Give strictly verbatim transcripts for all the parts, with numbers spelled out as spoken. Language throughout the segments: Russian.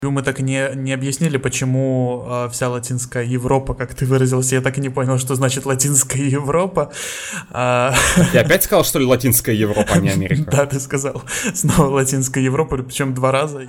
Мы так и не, не объяснили, почему э, вся латинская Европа, как ты выразился, я так и не понял, что значит латинская Европа. А... Ты опять сказал, что ли, латинская Европа, а не Америка? Да, ты сказал. Снова латинская Европа, причем два раза.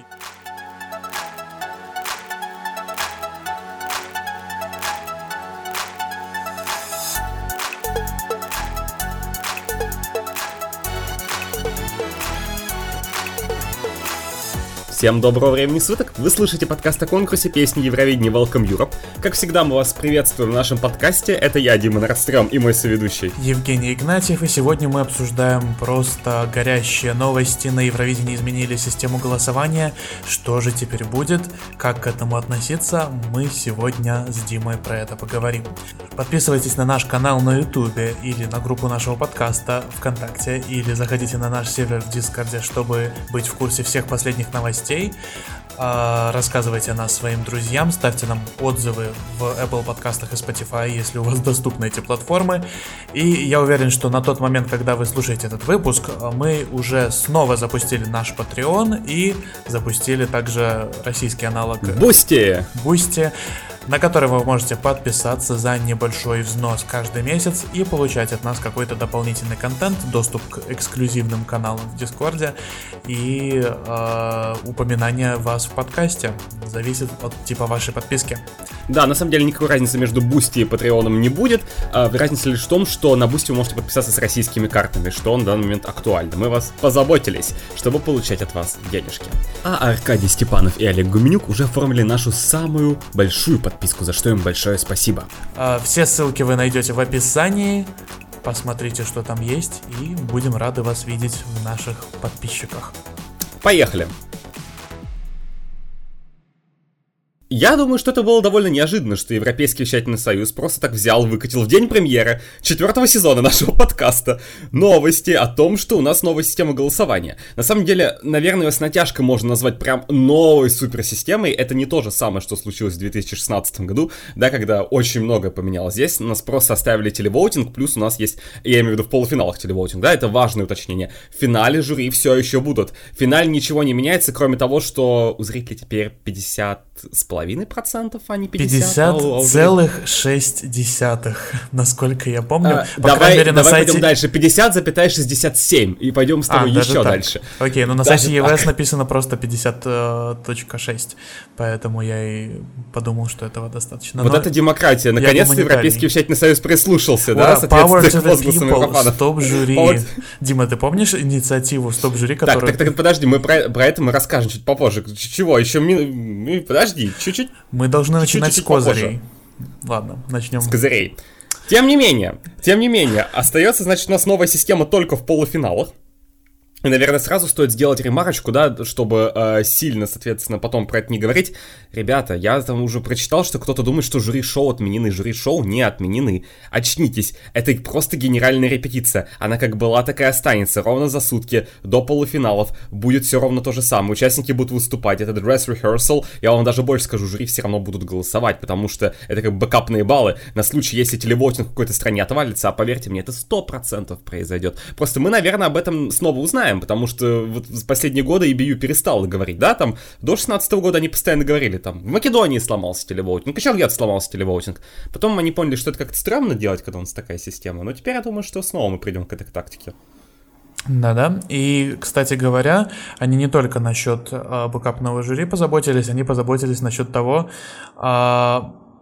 Всем доброго времени суток! Вы слышите подкаст о конкурсе песни Евровидения Welcome Europe. Как всегда, мы вас приветствуем в нашем подкасте. Это я, Дима Нордстрём, и мой соведущий Евгений Игнатьев. И сегодня мы обсуждаем просто горящие новости. На Евровидении изменили систему голосования. Что же теперь будет? Как к этому относиться? Мы сегодня с Димой про это поговорим. Подписывайтесь на наш канал на Ютубе или на группу нашего подкаста ВКонтакте, или заходите на наш сервер в Дискорде, чтобы быть в курсе всех последних новостей. Рассказывайте о нас своим друзьям, ставьте нам отзывы в Apple подкастах и Spotify, если у вас доступны эти платформы. И я уверен, что на тот момент, когда вы слушаете этот выпуск, мы уже снова запустили наш Patreon и запустили также российский аналог Boosty, Boosty, на который вы можете подписаться за небольшой взнос каждый месяц и получать от нас какой-то дополнительный контент, доступ к эксклюзивным каналам в Дискорде и э, упоминание вас в подкасте. Зависит от типа вашей подписки. Да, на самом деле никакой разницы между Boosty и Patreon не будет. Разница лишь в том, что на Boosty вы можете подписаться с российскими картами, что на данный момент актуально. Мы вас позаботились, чтобы получать от вас денежки. А Аркадий Степанов и Олег Гуменюк уже оформили нашу самую большую подписку, за что им большое спасибо. Все ссылки вы найдете в описании. Посмотрите, что там есть, и будем рады вас видеть в наших подписчиках. Поехали! Я думаю, что это было довольно неожиданно, что Европейский вещательный союз просто так взял, выкатил в день премьеры четвертого сезона нашего подкаста новости о том, что у нас новая система голосования. На самом деле, наверное, с натяжкой можно назвать прям новой суперсистемой. Это не то же самое, что случилось в две тысячи шестнадцатом году, да, когда очень многое поменялось. Здесь у нас просто оставили телевоутинг, плюс у нас есть, я имею в виду в полуфиналах телевоутинг, да, это важное уточнение. В финале жюри все еще будут. В финале ничего не меняется, кроме того, что у зрителей теперь пятьдесят с половиной процентов, а не пятьдесят. пятьдесят целых шесть десятых, насколько я помню. А, по давай мере, давай на сайте... пойдем дальше. пятьдесят целых шестьдесят семь. И пойдем с тобой а, еще дальше. Окей, ну на даже сайте ЕВС написано просто пятьдесят целых шесть. Поэтому я и подумал, что этого достаточно. Вот но это демократия. Наконец-то Европейский вещательный союз прислушался, да? Power to the people, стоп-жюри. Вот. Дима, ты помнишь инициативу стоп-жюри, которую... Так, так, так, подожди, мы про, про это мы расскажем чуть попозже. Чего? Еще ми... Подожди, чуть Чуть-чуть, мы должны начинать чуть-чуть с козырей. Попозже. Ладно, начнем. С козырей. Тем не менее, тем не менее, остается, значит, у нас новая система только в полуфиналах. И, наверное, сразу стоит сделать ремарочку, да, чтобы э, сильно, соответственно, потом про это не говорить. Ребята, я там уже прочитал, что кто-то думает, что жюри-шоу отменены. Жюри-шоу не отменены. Очнитесь, это просто генеральная репетиция. Она как была, так и останется. Ровно за сутки до полуфиналов будет все ровно то же самое. Участники будут выступать. Это dress rehearsal. Я вам даже больше скажу, жюри все равно будут голосовать, потому что это как бэкапные баллы на случай, если телевотинг в какой-то стране отвалится. А поверьте мне, это сто процентов произойдет. Просто мы, наверное, об этом снова узнаем. Потому что вот в последние годы и би ю перестал говорить, да, там, до шестнадцатого года они постоянно говорили, там, в Македонии сломался телевоутинг, еще где-то сломался телевоутинг. Потом они поняли, что это как-то стрёмно делать, когда у нас такая система, но теперь я думаю, что снова мы придем к этой тактике. Да-да, и, кстати говоря, они не только насчет э, бэкапного жюри позаботились, они позаботились насчет того, э,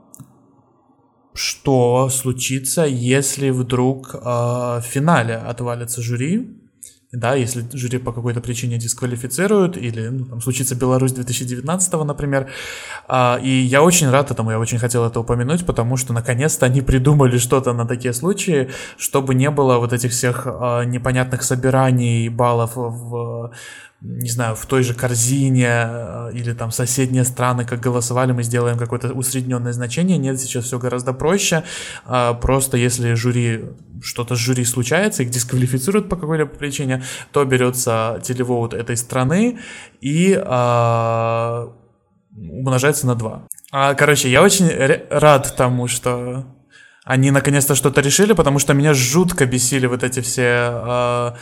что случится, если вдруг э, в финале отвалится жюри. Да, если жюри по какой-то причине дисквалифицируют, или ну, там, случится Беларусь две тысячи девятнадцатого, например. А, и я очень рад этому, я очень хотел это упомянуть, потому что наконец-то они придумали что-то на такие случаи, чтобы не было вот этих всех а, непонятных собираний баллов в... не знаю, в той же корзине или там соседние страны, как голосовали, мы сделаем какое-то усредненное значение. Нет, сейчас все гораздо проще. Просто если жюри, что-то с жюри случается, их дисквалифицируют по какой-либо причине, то берется телевоут этой страны и а, умножается на два. А, короче, я очень рад тому, что они наконец-то что-то решили, потому что меня жутко бесили вот эти все э,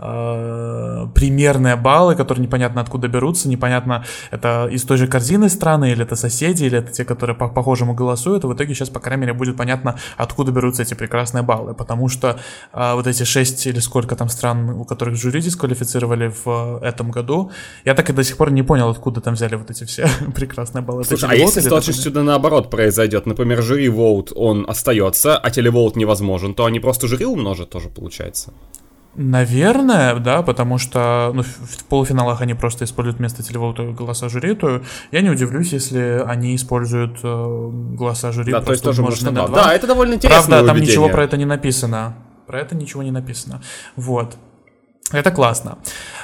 э, примерные баллы, которые непонятно откуда берутся, непонятно, это из той же корзины страны, или это соседи, или это те, которые по похожему голосуют, и в итоге сейчас, по крайней мере, будет понятно, откуда берутся эти прекрасные баллы, потому что э, вот эти шесть или сколько там стран, у которых жюри дисквалифицировали в этом году, я так и до сих пор не понял, откуда там взяли вот эти все прекрасные баллы. Слушай, а если ситуация сюда наоборот произойдет, например, жюри-воут, он остается, а телевоут невозможен, то они просто жюри умножат тоже, получается? Наверное, да, потому что ну, в полуфиналах они просто используют вместо телевоута голоса жюри, то я не удивлюсь, если они используют э, голоса жюри. Да, то есть тоже можно на два. Да, это довольно интересно. Правда, там ничего про это не написано. Про это ничего не написано. Вот. Это классно.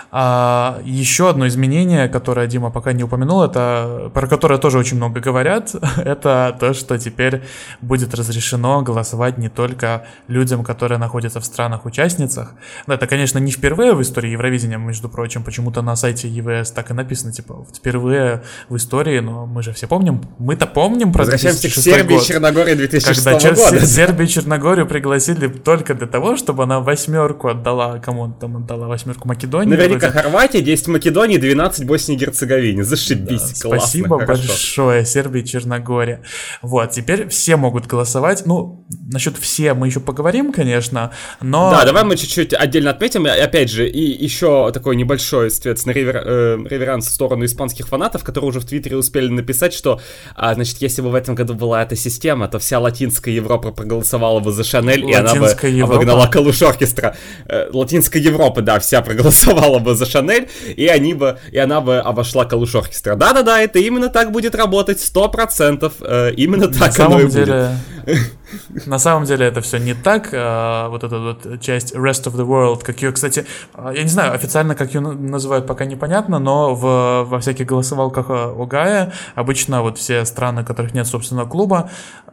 А, еще одно изменение, которое Дима пока не упомянул, это про которое тоже очень много говорят, это то, что теперь будет разрешено голосовать не только людям, которые находятся в странах-участницах. Но это, конечно, не впервые в истории Евровидения, между прочим, почему-то на сайте ЕВС так и написано, типа, впервые в истории, но мы же все помним, мы-то помним про две тысячи шестой год. Возвращаемся к Сербии и Черногории две тысячи шестого когда года. Сербию и Черногорию пригласили только для того, чтобы она восьмерку отдала, кому он там отдала восьмерку, Македонии. Наверняка Хорватия, десять Македонии, двенадцать Боснии и Герцеговине. Зашибись, да, классно, спасибо хорошо. большое, Сербия и Черногория. Вот, теперь все могут голосовать. Ну, насчет все мы еще поговорим, конечно, но... Да, давай мы чуть-чуть отдельно отметим. И, опять же, и еще такой небольшой, соответственно, ревер, э, реверанс в сторону испанских фанатов, которые уже в Твиттере успели написать, что, а, значит, если бы в этом году была эта система, то вся латинская Европа проголосовала бы за Шанель, и она бы Европа? обогнала Калуш Оркестра. Э, Латинская Европа, да, вся проголосовала бы за Шанель, и они бы, и она бы обошла Калуш Оркестра. Да-да-да, это именно так будет работать, сто процентов. Э, именно так На оно и деле... будет. На самом деле это все не так. А, вот эта вот часть Rest of the World, как ее, кстати, я не знаю, официально как ее называют, пока непонятно, но в, во всяких голосовалках ОГАЭ обычно вот все страны, у которых нет собственного клуба,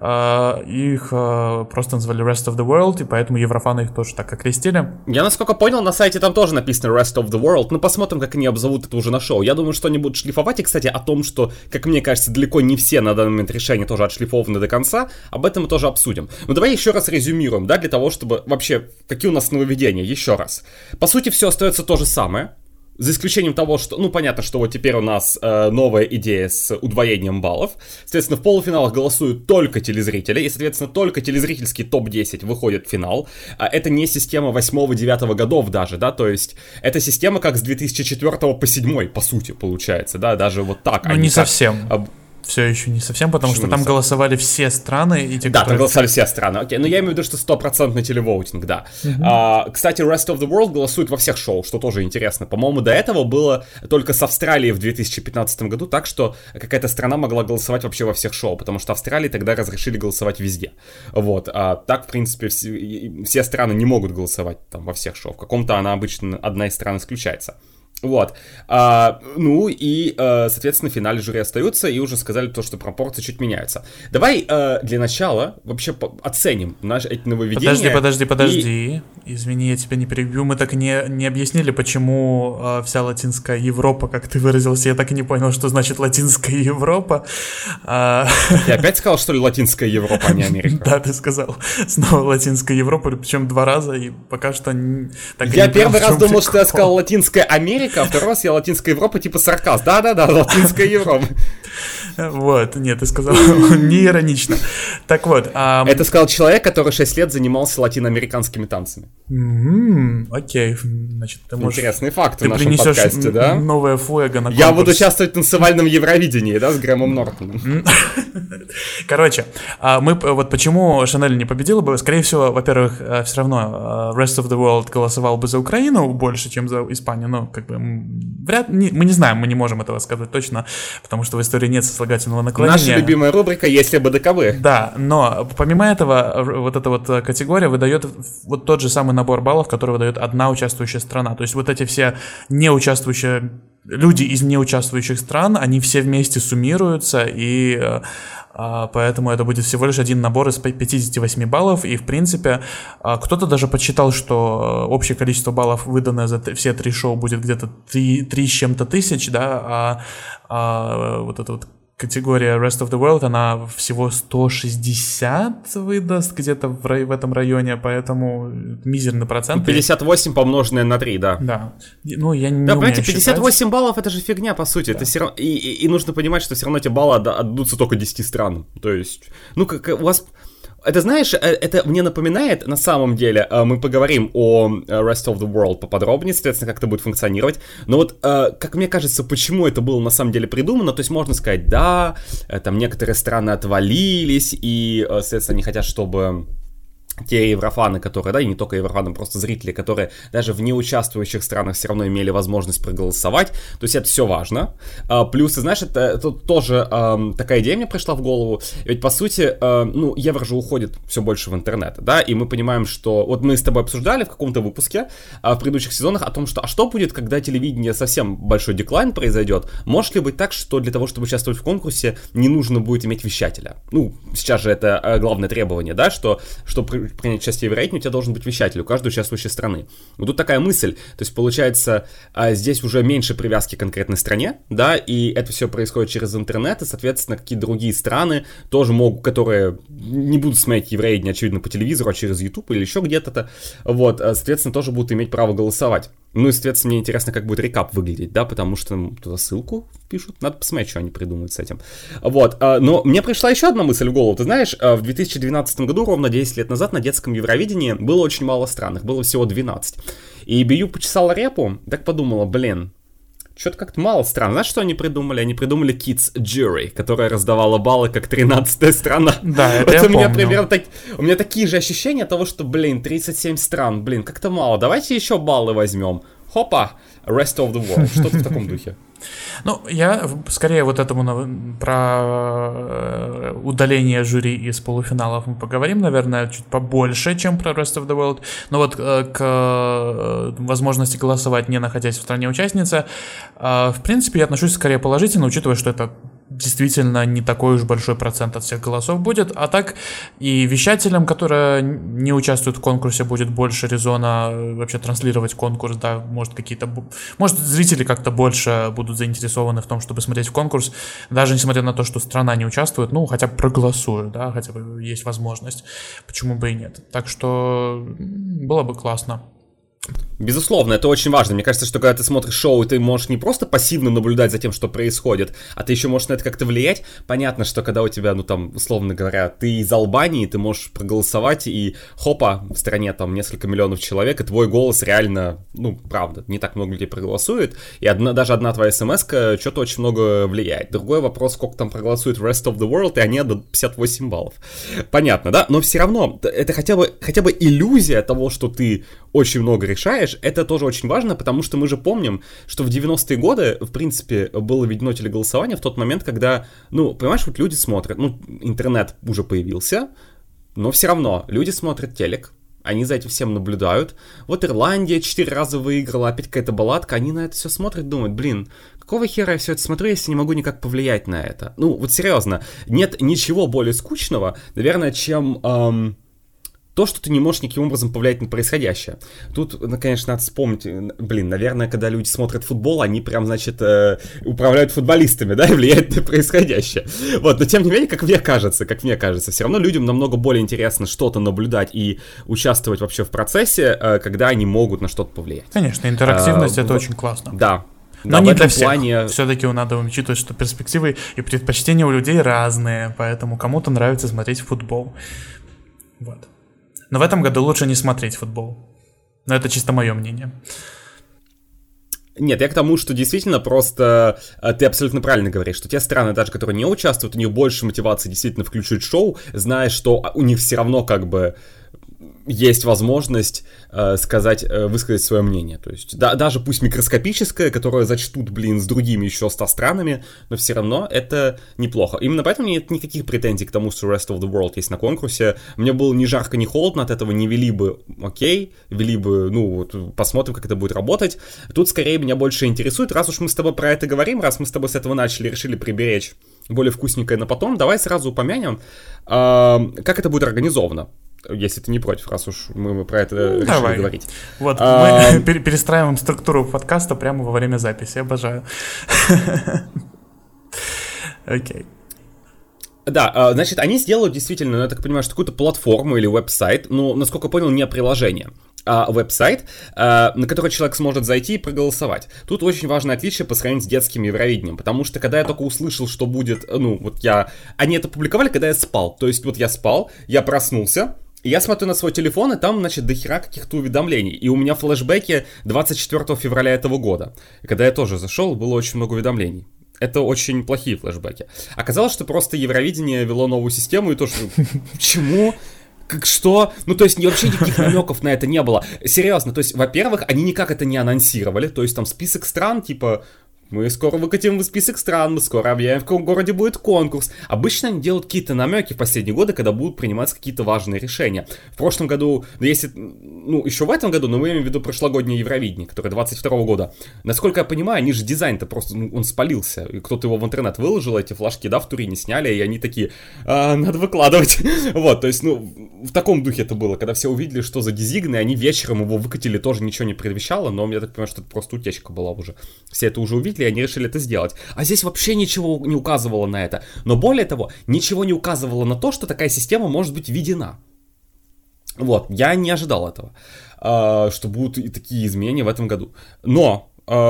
а, их а, просто называли Rest of the World, и поэтому еврофаны их тоже так окрестили. Я, насколько понял, на сайте там тоже написано Rest of the World, но посмотрим, как они обзовут это уже на шоу. Я думаю, что они будут шлифовать, и, кстати, о том, что, как мне кажется, далеко не все на данный момент решения тоже отшлифованы до конца, об этом мы тоже обсудим. Ну давай еще раз резюмируем, да, для того, чтобы вообще, какие у нас нововведения, еще раз. По сути, все остается то же самое, за исключением того, что, ну понятно, что вот теперь у нас э, новая идея с удвоением баллов. Соответственно, в полуфиналах голосуют только телезрители, и, соответственно, только телезрительский топ десять выходит в финал. А это не система восьмого-девятого годов даже, да, то есть это система как с две тысячи четвёртого по седьмой, по сути, получается, да, даже вот так. Ну не совсем. Как, все еще не совсем, потому Почему что там голосовали все страны. И те, да, которые... там голосовали все страны, окей, но я имею в виду, что стопроцентный телевоутинг, да. Uh-huh. А, кстати, Rest of the World голосует во всех шоу, что тоже интересно. По-моему, до этого было только с Австралией в две тысячи пятнадцатом году, так что какая-то страна могла голосовать вообще во всех шоу, потому что Австралии тогда разрешили голосовать везде. Вот, а так, в принципе, все, все страны не могут голосовать там во всех шоу. В каком-то она обычно, одна из стран исключается. Вот, а, ну и, а, соответственно, в финале жюри остаются, и уже сказали то, что пропорции чуть меняются. Давай а, для начала вообще оценим наши эти нововведения. Подожди, подожди, подожди, и... извини, я тебя не перебью, мы так и не, не объяснили, почему а, вся латинская Европа, как ты выразился, я так и не понял, что значит латинская Европа. А... Ты опять сказал, что ли, латинская Европа, а не Америка? Да, ты сказал, снова латинская Европа, причем два раза, и пока что так и не Я первый раз думал, что я сказал латинская Америка, а второй раз я латинская Европа, типа сарказм. Да-да-да, латинская Европа. Вот, нет, ты сказал не иронично. Так вот. А... Это сказал человек, который шесть лет занимался латиноамериканскими танцами. Mm-hmm, окей, значит, ты можешь... Интересный факт ты в нашем подкасте, да? Новое фуэго на конкурс. Я буду участвовать в танцевальном Евровидении, да, с Грэмом Нортоном. Короче, мы вот почему Шанель не победила бы, скорее всего, во-первых, все равно Rest of the World голосовал бы за Украину больше, чем за Испанию, ну, как бы, вряд ли, мы не знаем, мы не можем этого сказать точно, потому что в истории нет сослагательного наклонения. Наша любимая рубрика «Если бы ДКБ». Да, но помимо этого, вот эта вот категория выдает вот тот же самый набор баллов, который выдает одна участвующая страна. То есть вот эти все неучаствующие люди из неучаствующих стран, они все вместе суммируются, и а, поэтому это будет всего лишь один набор из пятьдесят восемь баллов, и в принципе а, кто-то даже подсчитал, что общее количество баллов, выданное за все три шоу, будет где-то три с чем-то тысяч, да, а, а вот это вот категория Rest of the World, она всего сто шестьдесят выдаст где-то в, в этом районе, поэтому мизерный процент. пятьдесят восемь помноженное на три, да. Да. Ну, я не Да, умею понимаете, пятьдесят восемь считать. баллов это же фигня, по сути. Да. Это все равно... и, и, и нужно понимать, что все равно эти баллы отдадутся только десяти странам. То есть, ну, как у вас... Это, знаешь, это мне напоминает, на самом деле, мы поговорим о Rest of the World поподробнее, соответственно, как это будет функционировать, но вот, как мне кажется, почему это было на самом деле придумано, то есть можно сказать, да, там некоторые страны отвалились, и, соответственно, они хотят, чтобы... те еврофаны, которые, да, и не только еврофаны, просто зрители, которые даже в неучаствующих странах все равно имели возможность проголосовать, то есть это все важно. А, плюс, ты знаешь, это, это тоже а, такая идея мне пришла в голову, ведь по сути, а, ну, евро же уходит все больше в интернет, да, и мы понимаем, что, вот мы с тобой обсуждали в каком-то выпуске а, в предыдущих сезонах о том, что, а что будет, когда телевидение совсем большой деклайн произойдет, может ли быть так, что для того, чтобы участвовать в конкурсе, не нужно будет иметь вещателя? Ну, сейчас же это а, главное требование, да, что, что принять участие в Евровидении, у тебя должен быть вещатель у каждой участвующей страны. Вот тут такая мысль, то есть получается, здесь уже меньше привязки к конкретной стране, да, и это все происходит через интернет, и, соответственно, какие-то другие страны тоже могут, которые не будут смотреть Евровидение, очевидно, по телевизору, а через YouTube или еще где-то, вот, соответственно, тоже будут иметь право голосовать. Ну и, соответственно, мне интересно, как будет рекап выглядеть, да, потому что ну, туда ссылку пишут, надо посмотреть, что они придумают с этим. Вот, но мне пришла еще одна мысль в голову, ты знаешь, в две тысячи двенадцатом году, ровно десять лет назад, на детском Евровидении было очень мало стран, их было всего двенадцать. И Бию почесала репу, так подумала, блин, что-то как-то мало стран. Знаешь, что они придумали? Они придумали Kids Jury, которая раздавала баллы как тринадцатая страна. Да, это вот я у меня помню. примерно так... У меня такие же ощущения того, что, блин, тридцать семь стран, блин, как-то мало. Давайте еще баллы возьмем. Хопа, Rest of the World. Что-то в таком духе. Ну, я скорее вот этому про удаление жюри из полуфиналов мы поговорим, наверное, чуть побольше, чем про Rest of the World. Но вот к возможности голосовать, не находясь в стране-участнице, в принципе, я отношусь скорее положительно, учитывая, что это действительно не такой уж большой процент от всех голосов будет, а так и вещателям, которые не участвуют в конкурсе, будет больше резона вообще транслировать конкурс, да, может какие-то, может зрители как-то больше будут заинтересованы в том, чтобы смотреть в конкурс, даже несмотря на то, что страна не участвует, ну, хотя бы проголосуют, да, хотя бы есть возможность, почему бы и нет, так что было бы классно. Безусловно, это очень важно. Мне кажется, что когда ты смотришь шоу, ты можешь не просто пассивно наблюдать за тем, что происходит, а ты еще можешь на это как-то влиять. Понятно, что когда у тебя, ну там, условно говоря, ты из Албании, ты можешь проголосовать, и хопа, в стране там несколько миллионов человек, и твой голос реально, ну, правда, не так много людей проголосует, и одна, даже одна твоя смс-ка что-то очень много влияет. Другой вопрос, сколько там проголосует Rest of the World, и они отдадут пятьдесят восемь баллов. Понятно, да? Но все равно, это хотя бы, хотя бы иллюзия того, что ты очень много решаешь, это тоже очень важно, потому что мы же помним, что в девяностые годы, в принципе, было введено телеголосование в тот момент, когда, ну, понимаешь, вот люди смотрят, ну, интернет уже появился, но все равно люди смотрят телек, они за этим всем наблюдают. Вот Ирландия четыре раза выиграла, опять какая-то балладка, они на это все смотрят, думают, блин, какого хера я все это смотрю, если не могу никак повлиять на это? Ну, вот серьезно, нет ничего более скучного, наверное, чем... Эм, то, что ты не можешь никаким образом повлиять на происходящее. Тут, конечно, надо вспомнить, блин, наверное, когда люди смотрят футбол, они прям, значит, э, управляют футболистами, да, и влияют на происходящее. Вот, но тем не менее, как мне кажется, как мне кажется, все равно людям намного более интересно что-то наблюдать и участвовать вообще в процессе, э, когда они могут на что-то повлиять. Конечно, интерактивность а, это в... очень классно. Да. Но да, не для всех. Плане... Все-таки надо учитывать, что перспективы и предпочтения у людей разные, поэтому кому-то нравится смотреть футбол. Вот. Но в этом году лучше не смотреть футбол. Но это чисто мое мнение. Нет, я к тому, что действительно просто ты абсолютно правильно говоришь, что те страны, даже которые не участвуют, у них больше мотивации действительно включить шоу, зная, что у них все равно как бы есть возможность э, сказать, э, высказать свое мнение. То есть да, даже пусть микроскопическое, которое зачтут, блин, с другими еще ста странами, но все равно это неплохо. Именно поэтому нет никаких претензий к тому, что Rest of the World есть на конкурсе. Мне было ни жарко, ни холодно от этого, не вели бы окей, вели бы, ну, вот, посмотрим, как это будет работать. Тут скорее меня больше интересует, раз уж мы с тобой про это говорим, раз мы с тобой с этого начали, решили приберечь более вкусненькое на потом, давай сразу упомянем, э, как это будет организовано. Если ты не против, раз уж мы про это ну, решили давай. говорить. Вот, а... мы перестраиваем структуру подкаста прямо во время записи, обожаю. Окей. Да, значит, они сделают действительно, я так понимаю, что какую-то платформу или веб-сайт, ну, насколько я понял, не приложение, а веб-сайт, на который человек сможет зайти и проголосовать. Тут очень важное отличие по сравнению с детским Евровидением, потому что когда я только услышал, что будет, ну, вот я... Они это публиковали, когда я спал, то есть вот я спал, я проснулся, и я смотрю на свой телефон, и там, значит, дохера каких-то уведомлений. И у меня флешбеки двадцать четвёртого февраля этого года. И когда я тоже зашел, было очень много уведомлений. Это очень плохие флешбеки. Оказалось, что просто Евровидение вело новую систему, и то, что... Почему? Как что? Ну, то есть, вообще никаких намеков на это не было. Серьезно, то есть, во-первых, они никак это не анонсировали. То есть, там список стран, типа... Мы скоро выкатим список стран, мы скоро объявим, в каком городе будет конкурс. Обычно они делают какие-то намеки в последние годы, когда будут приниматься какие-то важные решения. В прошлом году, если, ну, еще в этом году, но мы имеем в виду прошлогоднее Евровидение, которое двадцать второго года. Насколько я понимаю, они же дизайн-то просто, ну, он спалился. И кто-то его в интернет выложил, эти флажки, да, в Турине сняли, и они такие, а, надо выкладывать. Вот, то есть, ну, в таком духе это было, когда все увидели, что за дизигны, они вечером его выкатили, тоже ничего не предвещало, но я так понимаю, что это просто утечка была уже. Все это уже увидели, и они решили это сделать. А здесь вообще ничего не указывало на это. Но более того, ничего не указывало на то, что такая система может быть введена. Вот, я не ожидал этого, что будут и такие изменения в этом году. Но,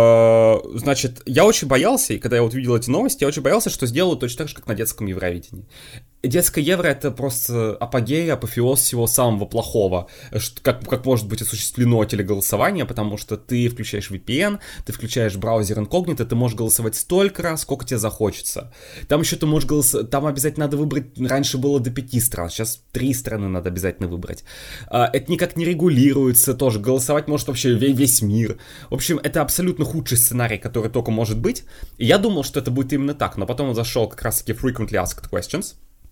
значит, я очень боялся, и когда я вот видел эти новости, я очень боялся, что сделают точно так же, как на детском Евровидении. Детское Евро — это просто апогей, апофеоз всего самого плохого, как, как может быть осуществлено телеголосование, потому что ты включаешь ви пи эн, ты включаешь браузер инкогнито, ты можешь голосовать столько раз, сколько тебе захочется. Там еще ты можешь голосовать, там обязательно надо выбрать, раньше было до пяти стран, сейчас три страны надо обязательно выбрать. Это никак не регулируется тоже, голосовать может вообще весь мир. В общем, это абсолютно худший сценарий, который только может быть. И я думал, что это будет именно так, но потом он зашел как раз-таки Frequently Asked Questions,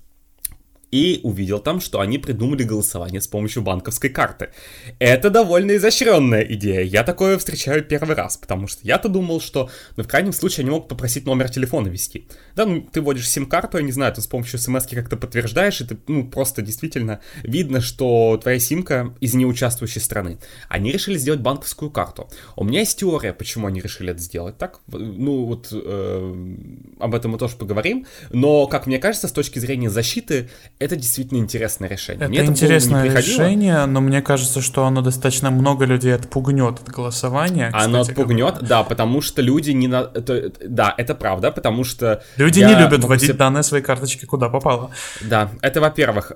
и увидел там, что они придумали голосование с помощью банковской карты. Это довольно изощренная идея. Я такое встречаю первый раз, потому что я-то думал, что, ну, в крайнем случае, они могут попросить номер телефона ввести. Да, ну, ты вводишь сим-карту, я не знаю, ты с помощью смс-ки как-то подтверждаешь, и ты, ну, просто действительно видно, что твоя симка из неучаствующей страны. Они решили сделать банковскую карту. У меня есть теория, почему они решили это сделать так. Ну, вот э, об этом мы тоже поговорим. Но, как мне кажется, с точки зрения защиты, это действительно интересное решение. Это Мне интересное это решение, но мне кажется, что оно достаточно много людей отпугнет от голосования. Оно отпугнет, говоря. Да, потому что люди не... На... Это, да, это правда, потому что... Люди я не любят вводить себе... данные своей карточки куда попало. Да, это во-первых.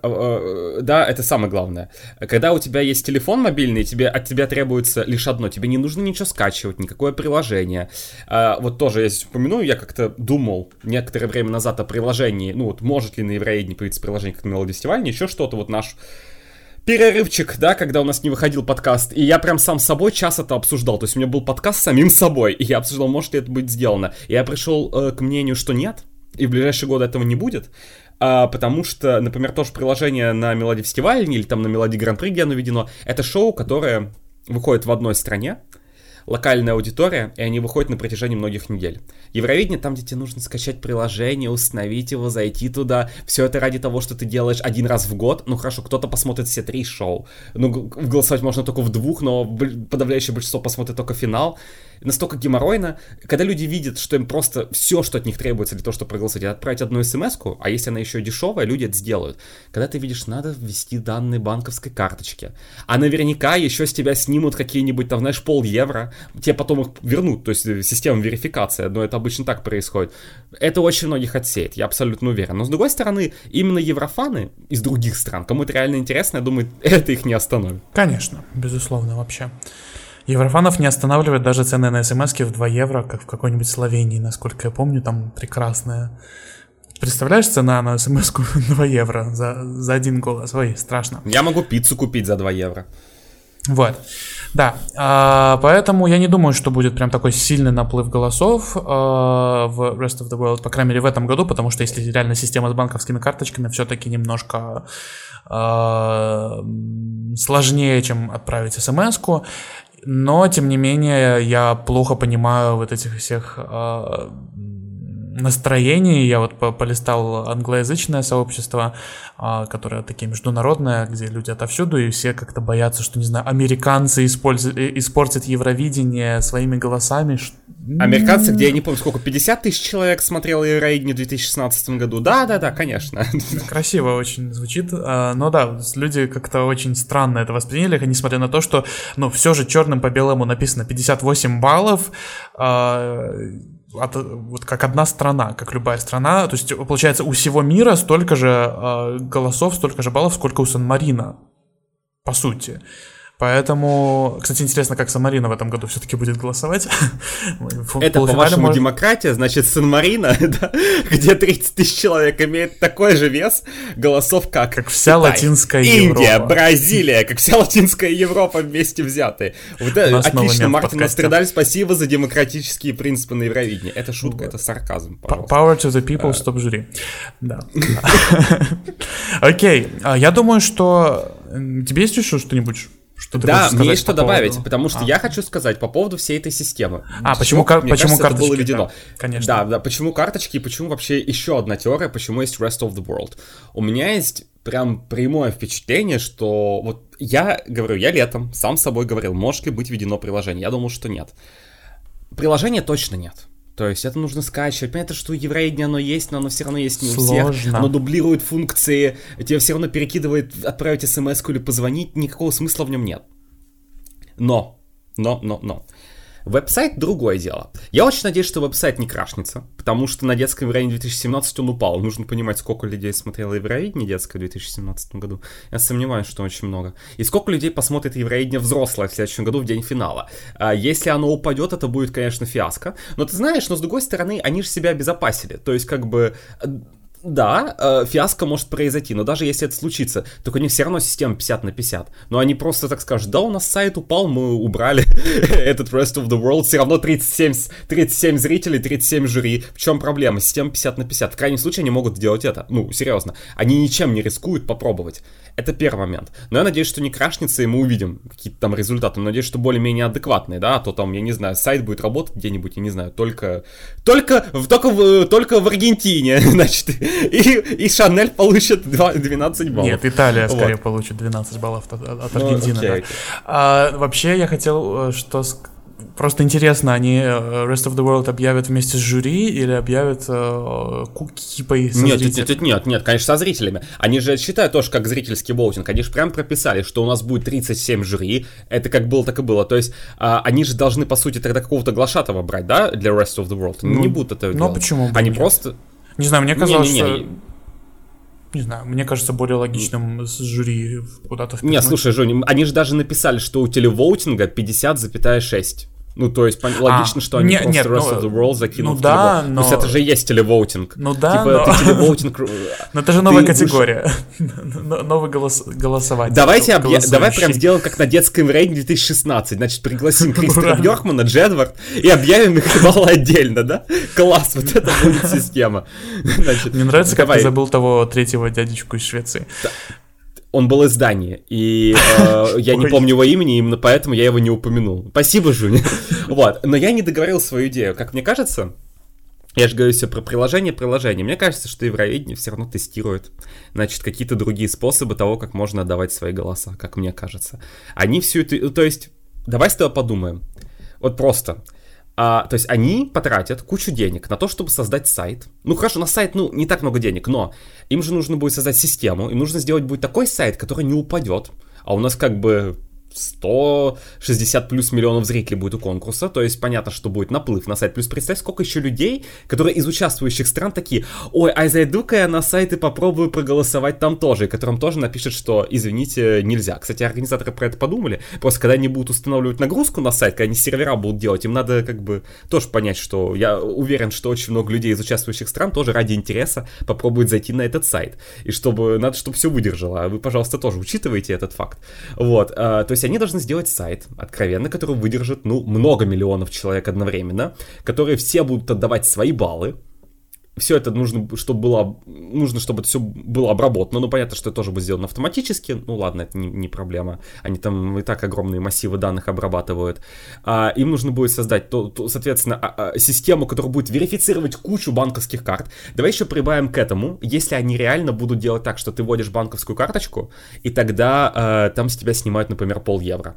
Да, это самое главное. Когда у тебя есть телефон мобильный, тебе, от тебя требуется лишь одно. Тебе не нужно ничего скачивать, никакое приложение. Вот тоже я здесь упомяну, я как-то думал некоторое время назад о приложении, ну вот может ли на Евровидении появиться приложение как на Мелодифестивале, еще что-то, вот наш перерывчик, да, когда у нас не выходил подкаст, и я прям сам с собой час это обсуждал, то есть у меня был подкаст с самим собой, и я обсуждал, может ли это быть сделано, и я пришел э, к мнению, что нет, и в ближайшие годы этого не будет, а, потому что, например, тоже приложение на Мелодифестивале или там на Мелоди Гран-при, где оно введено, это шоу, которое выходит в одной стране, локальная аудитория, и они выходят на протяжении многих недель. Евровидение, там, где тебе нужно скачать приложение, установить его, зайти туда. Все это ради того, что ты делаешь один раз в год. Ну хорошо, кто-то посмотрит все три шоу. Ну, голосовать можно только в двух, но подавляющее большинство посмотрит только финал. Настолько геморройно. Когда люди видят, что им просто все, что от них требуется для того, чтобы проголосовать, это отправить одну смс-ку, а если она еще дешевая, люди это сделают. Когда ты видишь, надо ввести данные банковской карточки, а наверняка еще с тебя снимут какие-нибудь, там, знаешь, пол евро, тебе потом их вернут, то есть система верификации, но это обычно так происходит. Это очень многих отсеет, я абсолютно уверен. Но с другой стороны, именно еврофаны из других стран, кому это реально интересно, я думаю, это их не остановит. Конечно, безусловно, вообще. Еврофанов не останавливает даже цены на смс-ки в два евро, как в какой-нибудь Словении, насколько я помню, там прекрасная. Представляешь, цена на смс-ку два евро за, за один голос? Ой, страшно. Я могу пиццу купить за два евро. Вот, да, а, поэтому я не думаю, что будет прям такой сильный наплыв голосов а, в Rest of the World, по крайней мере в этом году, потому что если реально система с банковскими карточками все-таки немножко а, сложнее, чем отправить смс-ку, но тем не менее я плохо понимаю вот этих всех а, настроении. Я вот полистал англоязычное сообщество, которое такие международное, где люди отовсюду, и все как-то боятся, что, не знаю, американцы испортят Евровидение своими голосами. Американцы, где, я не помню, сколько, пятьдесят тысяч человек смотрело Евровидение в две тысячи шестнадцатом году. Да-да-да, конечно. Красиво очень звучит. Но да, люди как-то очень странно это восприняли, несмотря на то, что, ну, все же черным по белому написано пятьдесят восемь баллов, от, вот как одна страна, как любая страна. То есть, получается, у всего мира столько же э, голосов, столько же баллов, сколько у Сан-Марино, по сути. Поэтому, кстати, интересно, как Сан-Марино в этом году все-таки будет голосовать. Это, по-вашему, может... демократия? Значит, Сан-Марино, да, где тридцать тысяч человек, имеет такой же вес голосов, как Как вся Китай, латинская Индия, Европа. Индия, Бразилия, как вся латинская Европа вместе взятые. Вот это, отлично, Мартин Нострадаль, спасибо за демократические принципы на Евровидении. Это шутка, это сарказм, пожалуйста. Power to the people, стоп жюри. Да. Окей, я думаю, что... Тебе есть еще что-нибудь? Что да, мне есть что добавить, поводу... потому что а. я хочу сказать по поводу всей этой системы. А, почему, кар- мне почему кажется, карточки? Это было введено. Да, конечно. Да, да, почему карточки и почему вообще еще одна теория, почему есть Rest of the World. У меня есть прям прямое впечатление, что вот я говорю, я летом сам с собой говорил, может ли быть введено приложение. Я думал, что нет. Приложения точно нет. То есть это нужно скачивать. Понятно, что у Евровидения оно есть, но оно все равно есть не у всех. Оно дублирует функции, тебе все равно перекидывает отправить смс-ку или позвонить. Никакого смысла в нем нет. Но, но, но, но. Веб-сайт — другое дело. Я очень надеюсь, что веб-сайт не крашнется, потому что на детском Евровидении две тысячи семнадцатом он упал. Нужно понимать, сколько людей смотрело Евровидение детское в две тысячи семнадцатом году. Я сомневаюсь, что очень много. И сколько людей посмотрит Евровидение взрослое в следующем году в день финала. А если оно упадет, это будет, конечно, фиаско. Но ты знаешь, но с другой стороны, они же себя обезопасили. То есть, как бы... Да, э, фиаско может произойти, но даже если это случится, то у них все равно система пятьдесят на пятьдесят. Но они просто так скажут, да, у нас сайт упал, мы убрали этот Rest of the World, все равно тридцать семь, тридцать семь зрителей, тридцать семь жюри. В чем проблема? Система пятьдесят на пятьдесят. В крайнем случае они могут сделать это. Ну, серьезно. Они ничем не рискуют попробовать. Это первый момент. Но я надеюсь, что не крашнется, и мы увидим какие-то там результаты. Но надеюсь, что более-менее адекватные, да, а то там, я не знаю, сайт будет работать где-нибудь, я не знаю, только... Только, только, в, только в Аргентине, значит, и, и Шанель получит двенадцать баллов. Нет, Италия вот. Скорее получит двенадцать баллов от, от Аргентины. Ну, окей, да. А, вообще, я хотел, что... Просто интересно, они Rest of the World объявят вместе с жюри или объявят э, кипой со нет, зрителями? Нет, нет, нет, конечно, со зрителями. Они же считают тоже как зрительский воутинг. Они же прям прописали, что у нас будет тридцать семь жюри. Это как было, так и было. То есть а, они же должны, по сути, тогда какого-то глашатого брать, да, для Rest of the World. Ну, не будут этого делать. Ну, почему бы Они нет? просто... Не знаю, мне казалось, не, не, не, что... Не знаю, мне кажется более логичным с жюри куда-то впихнуть. Нет, слушай, Жень, они же даже написали, что у телевоутинга пятьдесят целых шесть. Ну, то есть, логично, а, что они не, просто нет, Rest ну, of the World закинут ну, в да, но... То есть, это же и есть телевоутинг. Ну да, типа, но... ты телевоутинг... Но это же новая категория. Новый голос... голосователь. Давайте объ... Давай прям сделаем, как на детском Евровидении две тысячи шестнадцать. Значит, пригласим Кристофера Бьоркмана, Джедвард, и объявим их баллы отдельно, да? Класс, вот это будет система. Значит, мне нравится, как ты забыл того третьего дядечку из Швеции. Он был из Дании, и э, я не помню его имени, именно поэтому я его не упомянул. Спасибо, Жуня. Вот, но я не договорил свою идею. Как мне кажется, я же говорю все про приложение, приложение. Мне кажется, что Евровидение все равно тестирует, значит, какие-то другие способы того, как можно отдавать свои голоса, как мне кажется. Они все это... То есть, давай с тобой подумаем. Вот просто... А, то есть они потратят кучу денег на то, чтобы создать сайт. Ну хорошо, на сайт, ну, не так много денег, но им же нужно будет создать систему, им нужно сделать будет такой сайт, который не упадет. А у нас как бы сто шестьдесят плюс миллионов зрителей будет у конкурса, то есть понятно, что будет наплыв на сайт. Плюс представь, сколько еще людей, которые из участвующих стран такие, ой, а зайду-ка я на сайт и попробую проголосовать там тоже, и которым тоже напишут, что, извините, нельзя. Кстати, организаторы про это подумали, просто когда они будут устанавливать нагрузку на сайт, когда они сервера будут делать, им надо как бы тоже понять, что я уверен, что очень много людей из участвующих стран тоже ради интереса попробуют зайти на этот сайт, и чтобы, надо, чтобы все выдержало, а вы, пожалуйста, тоже учитывайте этот факт. Вот, а, то есть они должны сделать сайт, откровенно, который выдержит, ну, много миллионов человек одновременно, которые все будут отдавать свои баллы, все это нужно, чтобы было, нужно, чтобы это все было обработано. Ну, понятно, что это тоже будет сделано автоматически. Ну, ладно, это не, не проблема. Они там и так огромные массивы данных обрабатывают. А, им нужно будет создать, то, то, соответственно, а, а, систему, которая будет верифицировать кучу банковских карт. Давай еще прибавим к этому, если они реально будут делать так, что ты вводишь банковскую карточку, и тогда а, там с тебя снимают, например, пол евро.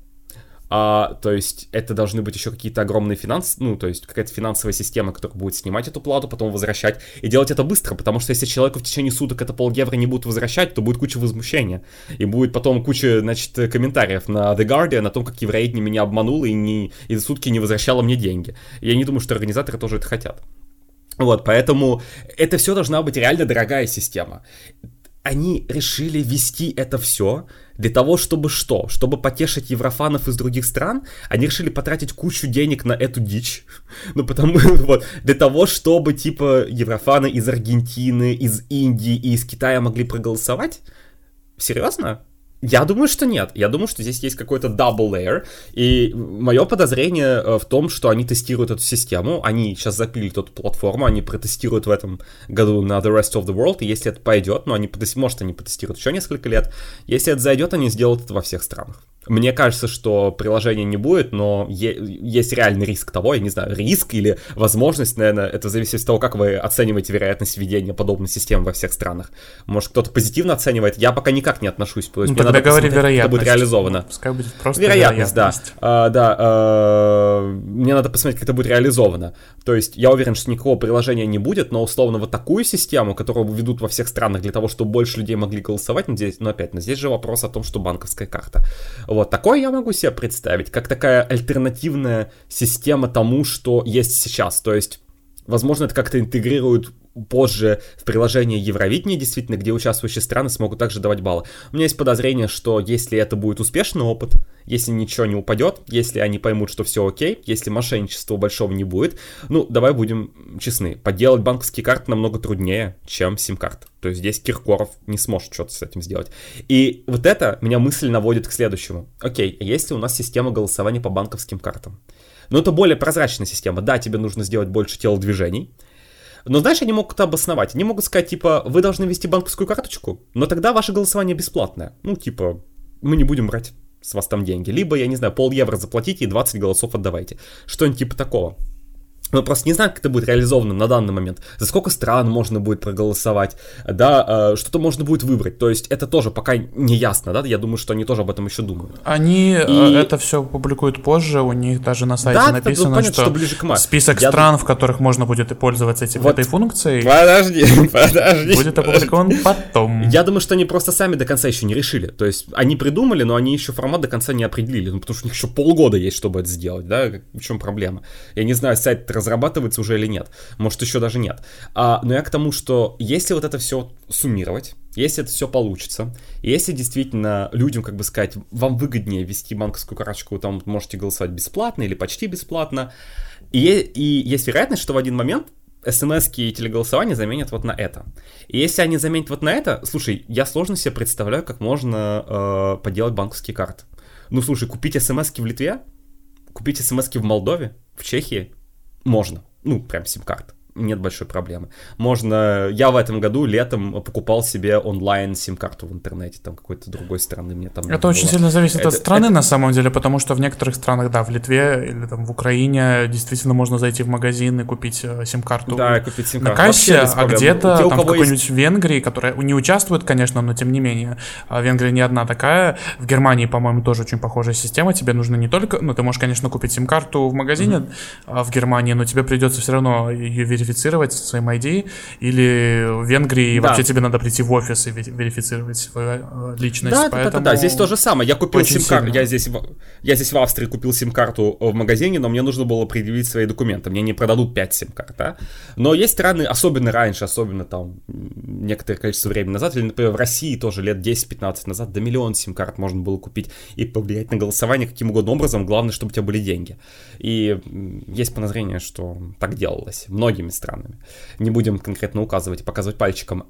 А, то есть это должны быть еще какие-то огромные финансы, ну, то есть какая-то финансовая система, которая будет снимать эту плату, потом возвращать, и делать это быстро, потому что если человеку в течение суток это пол-евро не будут возвращать, то будет куча возмущения, и будет потом куча, значит, комментариев на The Guardian о том, как евреидня меня обманула и, не, и за сутки не возвращала мне деньги. Я не думаю, что организаторы тоже это хотят. Вот, поэтому это все должна быть реально дорогая система. Они решили ввести это все для того, чтобы что? Чтобы потешить еврофанов из других стран? Они решили потратить кучу денег на эту дичь. Ну, потому вот, для того, чтобы, типа, еврофаны из Аргентины, из Индии и из Китая могли проголосовать? Серьезно? Я думаю, что нет. Я думаю, что здесь есть какой-то double layer. И мое подозрение в том, что они тестируют эту систему. Они сейчас запилят эту платформу, они протестируют в этом году на The Rest of the World. И если это пойдет, ну, они, может, они протестируют еще несколько лет. Если это зайдет, они сделают это во всех странах. Мне кажется, что приложения не будет, но е- есть реальный риск того, я не знаю, риск или возможность, наверное, это зависит от того, как вы оцениваете вероятность введения подобной системы во всех странах. Может, кто-то позитивно оценивает, я пока никак не отношусь, то есть ну, мне надо посмотреть, как это будет реализовано. Пускай будет просто вероятность, вероятность. да. А, да, а, мне надо посмотреть, как это будет реализовано. То есть я уверен, что никакого приложения не будет, но условно вот такую систему, которую ведут во всех странах для того, чтобы больше людей могли голосовать, но, здесь, но опять, но здесь же вопрос о том, что банковская карта. Вот, такое я могу себе представить, как такая альтернативная система тому, что есть сейчас. То есть, возможно, это как-то интегрируют позже в приложение Евровидения, действительно, где участвующие страны смогут также давать баллы. У меня есть подозрение, что если это будет успешный опыт, если ничего не упадет, если они поймут, что все окей, если мошенничества большого не будет, ну, давай будем честны, подделать банковские карты намного труднее, чем сим-карты. То есть здесь Киркоров не сможет что-то с этим сделать. И вот это меня мысль наводит к следующему. Окей, если у нас система голосования по банковским картам, но это более прозрачная система, да, тебе нужно сделать больше телодвижений, но знаешь, они могут обосновать. Они могут сказать, типа, вы должны ввести банковскую карточку, но тогда ваше голосование бесплатное. Ну, типа, мы не будем брать с вас там деньги. Либо, я не знаю, пол евро заплатите и двадцать голосов отдавайте. Что-нибудь типа такого. Мы просто не знаем, как это будет реализовано на данный момент. За сколько стран можно будет проголосовать, да, что-то можно будет выбрать. То есть это тоже пока не ясно, да, я думаю, что они тоже об этом еще думают. Они и... это все публикуют позже, у них даже на сайте да, написано, понятно, что, что ближе к список я... стран, в которых можно будет пользоваться этим, вот. этой функцией, подожди, подожди, будет опубликован потом. Я думаю, что они просто сами до конца еще не решили. То есть они придумали, но они еще формат до конца не определили, ну, потому что у них еще полгода есть, чтобы это сделать, да, в чем проблема. Я не знаю, сайт разрабатывается уже или нет. Может, еще даже нет. А, но я к тому, что если вот это все суммировать, если это все получится, если действительно людям, как бы сказать, вам выгоднее ввести банковскую карточку, вы там можете голосовать бесплатно или почти бесплатно, и, и есть вероятность, что в один момент смс-ки и телеголосование заменят вот на это. И если они заменят вот на это, слушай, я сложно себе представляю, как можно э, поделать банковские карты. Ну, слушай, купить смс-ки в Литве, купить смс-ки в Молдове, в Чехии, можно. Ну, прям сим-карта. Нет большой проблемы. Можно... Я в этом году летом покупал себе онлайн сим-карту в интернете, там какой-то другой страны. Мне там это очень было. Сильно зависит это, от страны, это... на самом деле, потому что в некоторых странах, да, в Литве или там в Украине действительно можно зайти в магазин и купить сим-карту да, купить сим-карту. На кассе, а где-то там в какой-нибудь есть... Венгрии, которая не участвует, конечно, но тем не менее, Венгрия не одна такая. В Германии, по-моему, тоже очень похожая система. Тебе нужно не только... Ну, ты можешь, конечно, купить сим-карту в магазине mm-hmm. в Германии, но тебе придется все равно ее верифицировать своим ай ди, или в Венгрии да. вообще тебе надо прийти в офис и верифицировать свою личность. Да, поэтому... да, да, да, здесь то же самое. Я купил сим-карту, я здесь, в... я здесь в Австрии купил сим-карту в магазине, но мне нужно было предъявить свои документы. Мне не продадут пять сим-карт, да? Но есть страны, особенно раньше, особенно там некоторое количество времени назад, или, например, в России тоже лет десять-пятнадцать назад до миллиона сим-карт можно было купить и повлиять на голосование каким угодно образом, главное, чтобы у тебя были деньги. И есть подозрение, что так делалось многими странами. Не будем конкретно указывать и показывать пальчиком.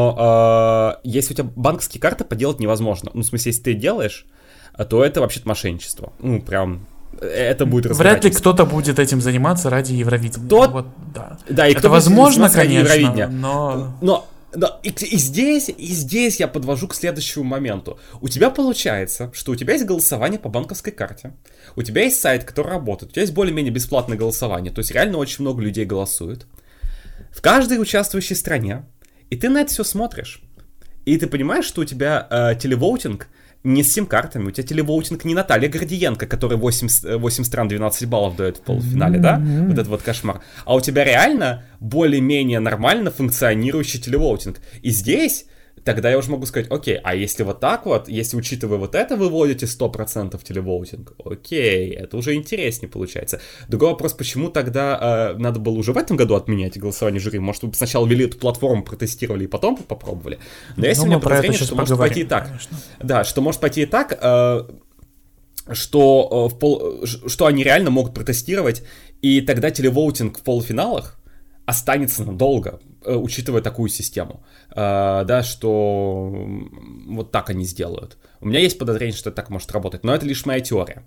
Но э, если у тебя банковские карты, поделать невозможно. Ну, в смысле, если ты делаешь, то это вообще-то мошенничество. Ну, прям это будет разбирательство. Вряд ли кто-то будет этим заниматься ради Евровидения. Тот... Вот, да. Да, и это кто возможно, ради конечно, Евровидения. но... но... Да, и, и здесь, и здесь я подвожу к следующему моменту. У тебя получается, что у тебя есть голосование по банковской карте, у тебя есть сайт, который работает, у тебя есть более-менее бесплатное голосование, то есть реально очень много людей голосует в каждой участвующей стране, и ты на это все смотришь, и ты понимаешь, что у тебя э, телевоутинг не с сим-картами, у тебя телевоутинг не Наталья Гордиенко, которая восемь, восемь стран двенадцать баллов дает в полуфинале, mm-hmm. да? Вот этот вот кошмар. А у тебя реально более-менее нормально функционирующий телевоутинг. И здесь тогда я уже могу сказать, окей, а если вот так вот, если учитывая вот это, вы вводите сто процентов телевоутинг, окей, это уже интереснее получается. Другой вопрос, почему тогда э, надо было уже в этом году отменять голосование жюри? Может, вы сначала ввели эту платформу, протестировали и потом попробовали? Но есть у меня подозрение, что может пойти и так. Конечно. Да, что может пойти и так, э, что, э, в пол, что они реально могут протестировать, и тогда телевоутинг в полуфиналах останется надолго, учитывая такую систему, э, да, что вот так они сделают. У меня есть подозрение, что это так может работать, но это лишь моя теория.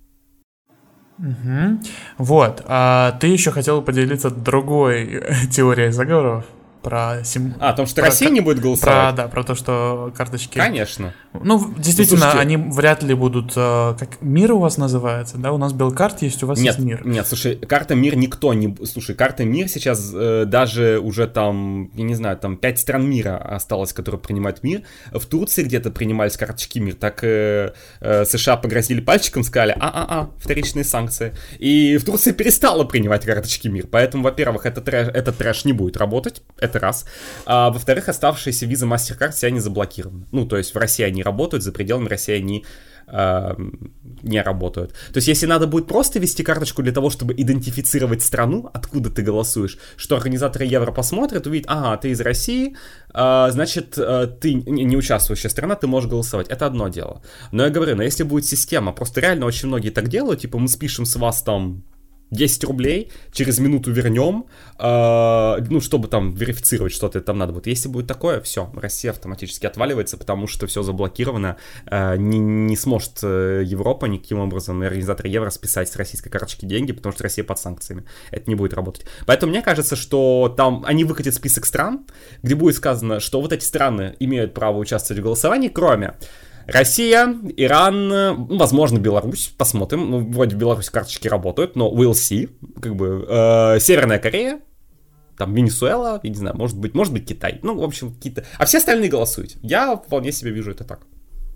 Угу. Вот, а ты еще хотел поделиться другой теорией заговоров? Про сим... А, о том, что про... Россия не будет голосовать? Про, да, про то, что карточки... Конечно. Ну, действительно, ну, они вряд ли будут... Как мир у вас называется, да? У нас Белкарт есть, у вас нет, есть мир. Нет, слушай, карта мир никто не... Слушай, карта мир сейчас э, даже уже там, я не знаю, там пять стран мира осталось, которые принимают мир. В Турции где-то принимались карточки мир, так э, э, США погрозили пальчиком, сказали, а-а-а, вторичные санкции. И в Турции перестала принимать карточки мир. Поэтому, во-первых, этот трэш, этот трэш не будет работать. Это раз. А, во-вторых, оставшиеся визы MasterCard все они заблокированы. Ну, то есть в России они работают, за пределами России они э, не работают. То есть если надо будет просто ввести карточку для того, чтобы идентифицировать страну, откуда ты голосуешь, что организаторы Евро посмотрят, увидят, ага, ты из России, э, значит, э, ты не, не участвующая страна, ты можешь голосовать. Это одно дело. Но я говорю, но если будет система, просто реально очень многие так делают, типа мы спишем с вас там десять рублей, через минуту вернем, э, ну, чтобы там верифицировать что-то там надо будет. Если будет такое, все, Россия автоматически отваливается, потому что все заблокировано, э, не, не сможет э, Европа никаким образом, и организатор Евро списать с российской карточки деньги, потому что Россия под санкциями. Это не будет работать. Поэтому мне кажется, что там они выкатят список стран, где будет сказано, что вот эти страны имеют право участвовать в голосовании, кроме Россия, Иран, возможно, Беларусь, посмотрим. Ну, вроде в Беларуси карточки работают, но we'll see. Как бы, э, Северная Корея, там, Венесуэла, я не знаю, может быть, может быть, Китай. Ну, в общем, какие-то... А все остальные голосуют. Я вполне себе вижу это так.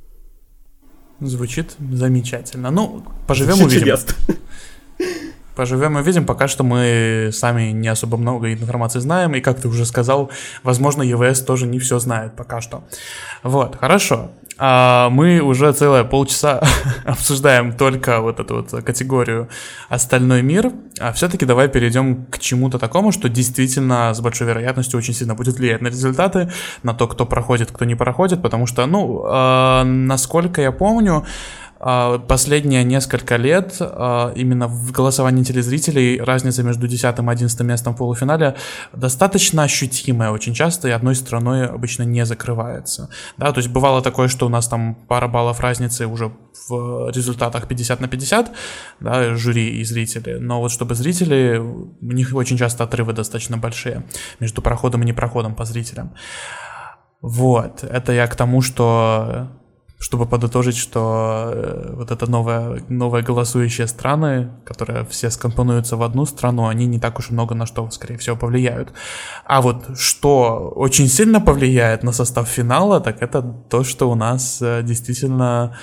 Звучит замечательно. Ну, поживем и увидим. Поживем и увидим. Пока что мы сами не особо много информации знаем. И, как ты уже сказал, возможно, ЕВС тоже не все знает пока что. Вот, хорошо. А мы уже целые полчаса обсуждаем только вот эту вот категорию «Остальной мир», а все-таки давай перейдем к чему-то такому, что действительно с большой вероятностью очень сильно будет влиять на результаты, на то, кто проходит, кто не проходит, потому что, ну, э, насколько я помню, последние несколько лет именно в голосовании телезрителей разница между десятым и одиннадцатым местом в полуфинале достаточно ощутимая очень часто, и одной страной обычно не закрывается. Да, то есть бывало такое, что у нас там пара баллов разницы уже в результатах пятьдесят на пятьдесят, да, жюри и зрители, но вот чтобы зрители, у них очень часто отрывы достаточно большие между проходом и непроходом по зрителям. Вот, это я к тому, что... чтобы подытожить, что э, вот это новое, новые голосующие страны, которые все скомпонуются в одну страну, они не так уж и много на что, скорее всего, повлияют. А вот что очень сильно повлияет на состав финала, так это то, что у нас э, действительно...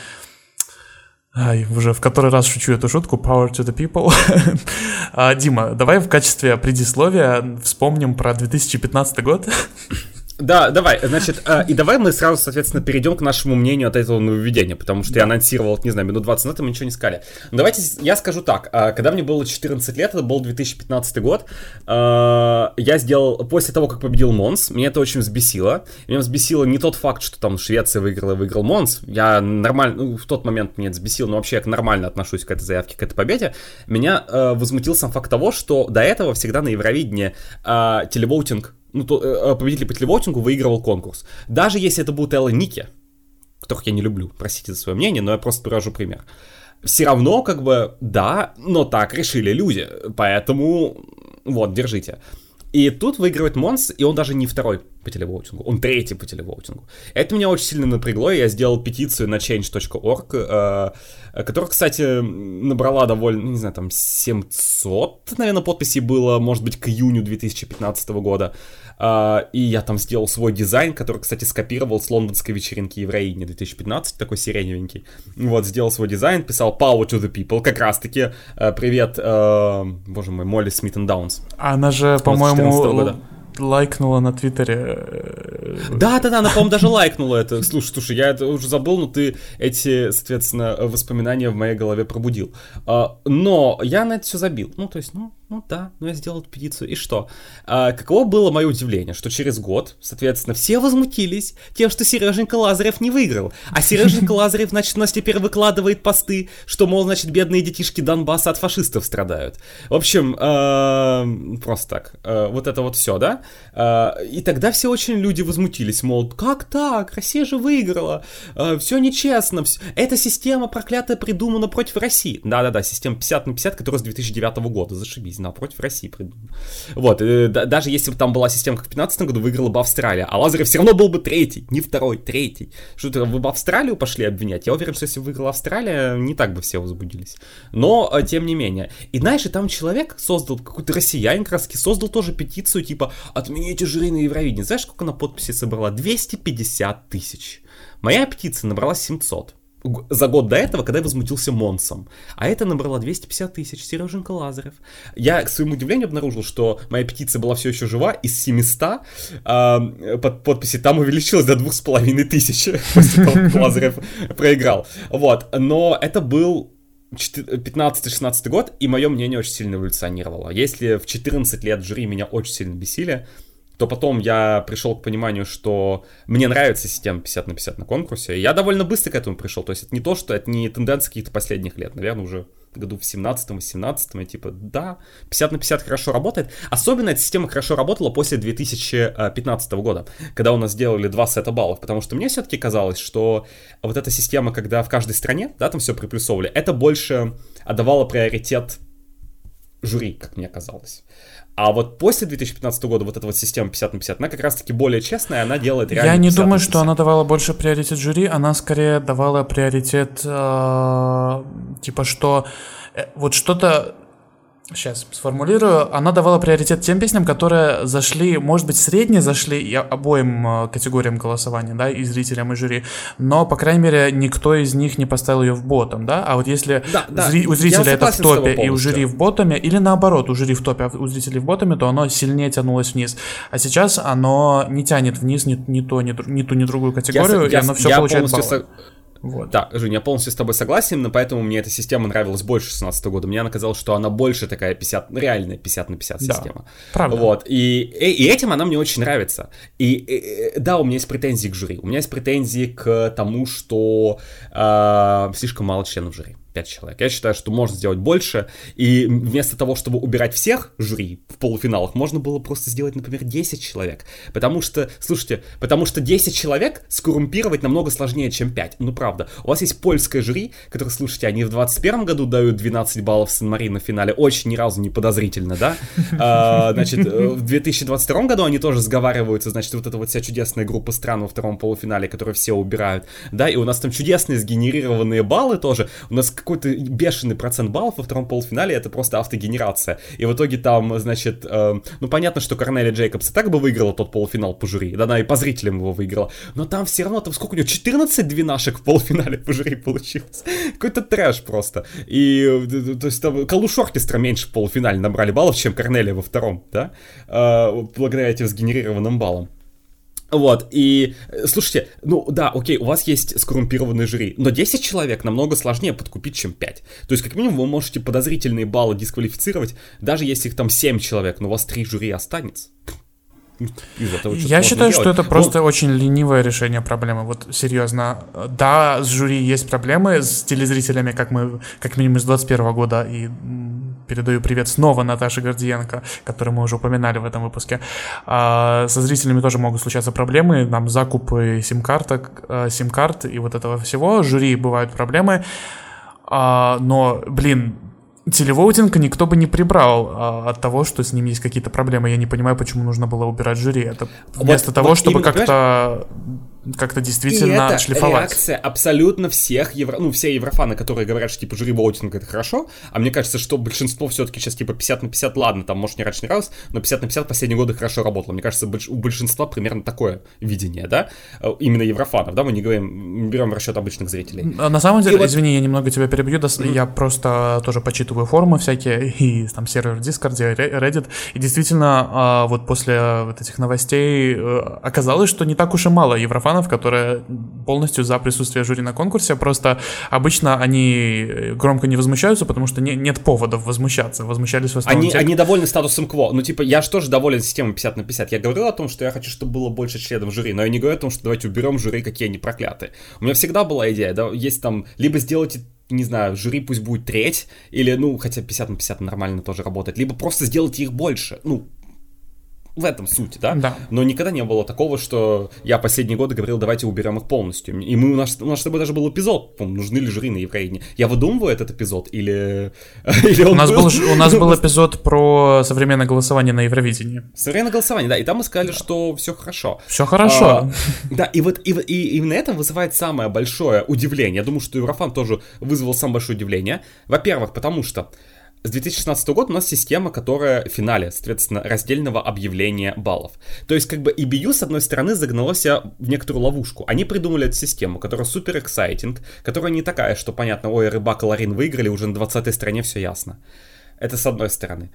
Ай, уже в который раз шучу эту шутку. Power to the people. а, Дима, давай в качестве предисловия вспомним про две тысячи пятнадцатый год. Да, давай, значит, э, и давай мы сразу, соответственно, перейдем к нашему мнению от этого нововведения, потому что я анонсировал, не знаю, минут двадцать назад, и мы ничего не сказали. Но давайте я скажу так, э, когда мне было четырнадцать лет, это был две тысячи пятнадцатый год, э, я сделал, после того, как победил Монс, меня это очень взбесило. Меня взбесило не тот факт, что там Швеция выиграла и выиграл Монс, я нормально, ну, в тот момент меня это взбесило, но вообще я нормально отношусь к этой заявке, к этой победе. Меня э, возмутил сам факт того, что до этого всегда на Евровидении э, телевоутинг, ну, то, э, победитель по телевоутингу выигрывал конкурс. Даже если это будут Элла Ники, которых я не люблю, простите за свое мнение, но я просто привожу пример. все равно, как бы, да, но так решили люди, поэтому, вот, держите. И тут выигрывает Монс, и он даже не второй по телевоутингу, он третий по телевоутингу. Это меня очень сильно напрягло, и я сделал петицию на change точка org, э, которая, кстати, набрала довольно, не знаю, там семьсот, наверное, подписей было, может быть, к июню две тысячи пятнадцатого года. Uh, и я там сделал свой дизайн, который, кстати, скопировал с лондонской вечеринки Евроидни две тысячи пятнадцать, такой сиреневенький. Вот, сделал свой дизайн, писал Power to the People, как раз-таки, uh, привет, uh, боже мой, Молли Смит энд Даунс. Она же, по-моему, лайкнула на Твиттере. Да-да-да, она, по-моему, даже лайкнула это. Слушай, слушай, я это уже забыл, но ты эти, соответственно, воспоминания в моей голове пробудил. Uh, но я на это все забил. Ну, то есть, ну, ну да, ну я сделал эту петицию, и что? А, каково было мое удивление, что через год, соответственно, все возмутились тем, что Сереженька Лазарев не выиграл. А Сереженька Лазарев, значит, у нас теперь выкладывает посты, что, мол, значит, бедные детишки Донбасса от фашистов страдают. В общем, э, просто так. Э, вот это вот все, да? Э, и тогда все очень люди возмутились, мол, как так? Россия же выиграла. Э, все нечестно. Все... Эта система проклятая придумана против России. Да-да-да, система пятьдесят на пятьдесят, которая с две тысячи девятого года. Зашибись. Напротив России придумал. Вот, и, да, даже если бы там была система, как в пятнадцатом году, выиграла бы Австралия, а Лазарев все равно был бы третий, не второй, третий. Что-то вы бы Австралию пошли обвинять? Я уверен, что если бы выиграла Австралия, не так бы все возбудились. Но, тем не менее. И знаешь, и там человек создал, какой-то россиянин краски, создал тоже петицию, типа, отмените жюри на Евровидении. Знаешь, сколько на подписи собрала? двести пятьдесят тысяч. Моя петиция набрала семьсот. За год до этого, когда я возмутился Монсом. А это набрала двести пятьдесят тысяч, Сереженька Лазарев. Я, к своему удивлению, обнаружил, что моя петиция была все еще жива. Из семисот э, под подписи там увеличилась до двух с половиной тысяч после того, как Лазарев проиграл. Вот, но это был пятнадцатый-шестнадцатый год, и мое мнение очень сильно эволюционировало. Если в четырнадцать лет жюри меня очень сильно бесили, то потом я пришел к пониманию, что мне нравится система пятьдесят на пятьдесят на конкурсе, и я довольно быстро к этому пришел, то есть это не то, что это не тенденция каких-то последних лет, наверное, уже году в семнадцатом-восемнадцатом, и типа, да, пятьдесят на пятьдесят хорошо работает, особенно эта система хорошо работала после две тысячи пятнадцатого года, когда у нас сделали два сета баллов, потому что мне все-таки казалось, что вот эта система, когда в каждой стране, да, там все приплюсовывали, это больше отдавало приоритет жюри, как мне казалось. А вот после две тысячи пятнадцатого года вот эта вот система пятьдесят на пятьдесят, она как раз-таки более честная, она делает реально Я не думаю, что она давала больше приоритет жюри, она скорее давала приоритет, э, типа, что э, вот что-то... Сейчас сформулирую. Она давала приоритет тем песням, которые зашли, может быть, средне зашли и обоим э, категориям голосования, да, и зрителям, и жюри, но, по крайней мере, никто из них не поставил ее в ботом, да, а вот если да, да. зри- у зрителя это в топе и у жюри в ботоме, или наоборот, у жюри в топе, а у зрителей в ботоме, то оно сильнее тянулось вниз. А сейчас оно не тянет вниз ни, ни, то, ни, ни ту, ни другую категорию, я, и оно все получает баллы. Со... Вот. Да, Жень, я полностью с тобой согласен, но поэтому мне эта система нравилась больше шестнадцатого года. Мне она казалась, что она больше такая пятьдесят, реальная пятьдесят на пятьдесят да, система. Правда. Вот. И, и, и этим она мне очень нравится. И, и да, у меня есть претензии к жюри. У меня есть претензии к тому, что э, слишком мало членов жюри. пять человек. Я считаю, что можно сделать больше, и вместо того, чтобы убирать всех жюри в полуфиналах, можно было просто сделать, например, десять человек. Потому что, слушайте, потому что десять человек скоррумпировать намного сложнее, чем пять. Ну, правда. У вас есть польское жюри, которое, слушайте, они в двадцать первом году дают двенадцать баллов Сан-Марино в финале. Очень ни разу не подозрительно, да? А, значит, в две тысячи двадцать втором году они тоже сговариваются, значит, вот эта вот вся чудесная группа стран во втором полуфинале, которые все убирают, да, и у нас там чудесные сгенерированные баллы тоже. У нас какой-то бешеный процент баллов во втором полуфинале, это просто автогенерация. И в итоге там, значит, э, ну понятно, что Корнелия Джейкобс и так бы выиграла тот полуфинал по жюри, да, она и по зрителям его выиграла, но там все равно, там сколько у нее, четырнадцать двенашек в полуфинале по жюри получилось. Какой-то трэш просто. И, то есть там Калуш Оркестра меньше в полуфинале набрали баллов, чем Корнелия во втором, да, э, благодаря этим сгенерированным баллам. Вот, и, слушайте, ну да, окей, у вас есть скоррумпированные жюри, но десять человек намного сложнее подкупить, чем пять. То есть, как минимум, вы можете подозрительные баллы дисквалифицировать, даже если их там семь человек, но у вас три жюри останется. Я считаю, что это просто очень ленивое решение проблемы. Вот серьезно. Да, с жюри есть проблемы, с телезрителями, как мы, как минимум с двадцать первого года, и передаю привет снова Наташе Гордиенко, которую мы уже упоминали в этом выпуске. А со зрителями тоже могут случаться проблемы, нам закупы сим-карток, сим-карт и вот этого всего. С жюри бывают проблемы. А, но, блин, телевоутинг никто бы не прибрал а, от того, что с ним есть какие-то проблемы. Я не понимаю, почему нужно было убирать жюри. Это вместо вот, того, вот чтобы как-то... как-то действительно и это шлифовать. Реакция абсолютно всех евро... ну, все еврофаны, которые говорят, что типа жюри воутинг это хорошо, а мне кажется, что большинство все-таки сейчас типа пятьдесят на пятьдесят, ладно, там может не раньше, не раз, но пятьдесят на пятьдесят последние годы хорошо работало. Мне кажется, у большинства примерно такое видение, да, именно еврофанов, да, мы не говорим, не берем в расчет обычных зрителей. На самом деле, и извини, вот... я немного тебя перебью, mm-hmm. я просто тоже почитываю форумы всякие, и там сервер в Discord, Reddit, и действительно, вот после вот этих новостей оказалось, что не так уж и мало еврофанов, которые полностью за присутствие жюри на конкурсе, просто обычно они громко не возмущаются, потому что не, нет поводов возмущаться, возмущались в основном они, те, они довольны статусом кво, ну типа я же тоже доволен системой пятьдесят на пятьдесят, я говорил о том, что я хочу, чтобы было больше членов жюри, но я не говорю о том, что давайте уберем жюри, какие они проклятые. У меня всегда была идея, да, есть там, либо сделайте, не знаю, жюри пусть будет треть, или, ну, хотя пятьдесят на пятьдесят нормально тоже работает, либо просто сделайте их больше, ну, в этом суть, да? Да. Но никогда не было такого, что я последние годы говорил, давайте уберем их полностью. И мы, у нас, у нас с тобой даже был эпизод, по-моему, нужны ли жюри на Евровидении. Я выдумываю этот эпизод или... или он у нас был, был, у нас был эпизод про современное голосование на Евровидении. Современное голосование, да, и там мы сказали, да. что все хорошо. Все хорошо. А, да, и вот и, и именно это вызывает самое большое удивление. Я думаю, что Еврофан тоже вызвал самое большое удивление. Во-первых, потому что с две тысячи шестнадцатого года у нас система, которая в финале, соответственно, раздельного объявления баллов. То есть, как бы и би ю, с одной стороны, загнался в некоторую ловушку. Они придумали эту систему, которая супер эксайтинг, которая не такая, что, понятно, ой, Рыбак и Ларин выиграли, уже на двадцатой стране все ясно. Это с одной стороны.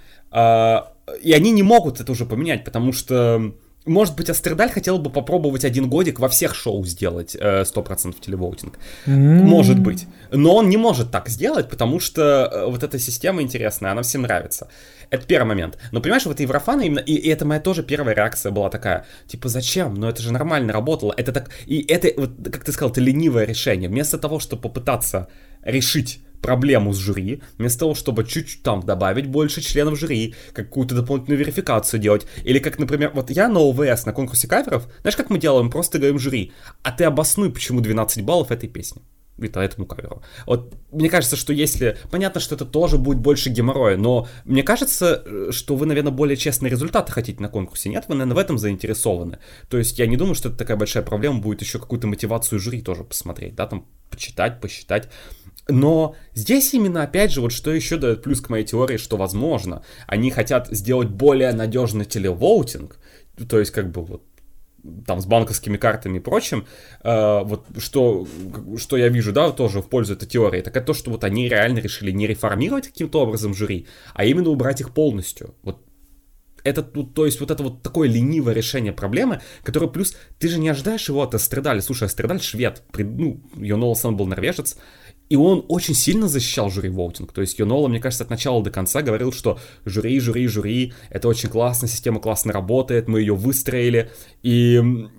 И они не могут это уже поменять, потому что... Может быть, Астридаль хотел бы попробовать один годик во всех шоу сделать э, сто процентов телевоутинг. Mm-hmm. Может быть. Но он не может так сделать, потому что э, вот эта система интересная, она всем нравится. Это первый момент. Но понимаешь, вот Еврофаны именно... И, и это моя тоже первая реакция была такая. Типа, зачем? Ну это же нормально работало. Это так... И это, вот, как ты сказал, это ленивое решение. Вместо того, чтобы попытаться решить проблему с жюри, вместо того, чтобы чуть-чуть там добавить больше членов жюри, какую-то дополнительную верификацию делать, или как, например, вот я на ОВС, на конкурсе каверов, знаешь, как мы делаем? Просто говорим жюри, а ты обоснуй, почему двенадцать баллов этой песни. И по этому каверу. Вот мне кажется, что если... Понятно, что это тоже будет больше геморроя, но мне кажется, что вы, наверное, более честные результаты хотите на конкурсе. Нет, вы, наверное, в этом заинтересованы. То есть я не думаю, что это такая большая проблема, будет еще какую-то мотивацию жюри тоже посмотреть, да, там, почитать, посчитать. Но здесь именно, опять же, вот что еще дает плюс к моей теории, что, возможно, они хотят сделать более надежный телевоутинг, то есть, как бы, вот, там, с банковскими картами и прочим, э, вот, что, что я вижу, да, тоже в пользу этой теории, так это то, что вот они реально решили не реформировать каким-то образом жюри, а именно убрать их полностью, вот. Это, то есть, вот это вот такое ленивое решение проблемы, которое плюс, ты же не ожидаешь его от Астридаля. Слушай, Астридаль швед, ну, Йон Олафсон был норвежец, и он очень сильно защищал жюри-воутинг. То есть Йон Ола, мне кажется, от начала до конца говорил, что жюри, жюри, жюри, это очень классно, система классно работает, мы ее выстроили, и...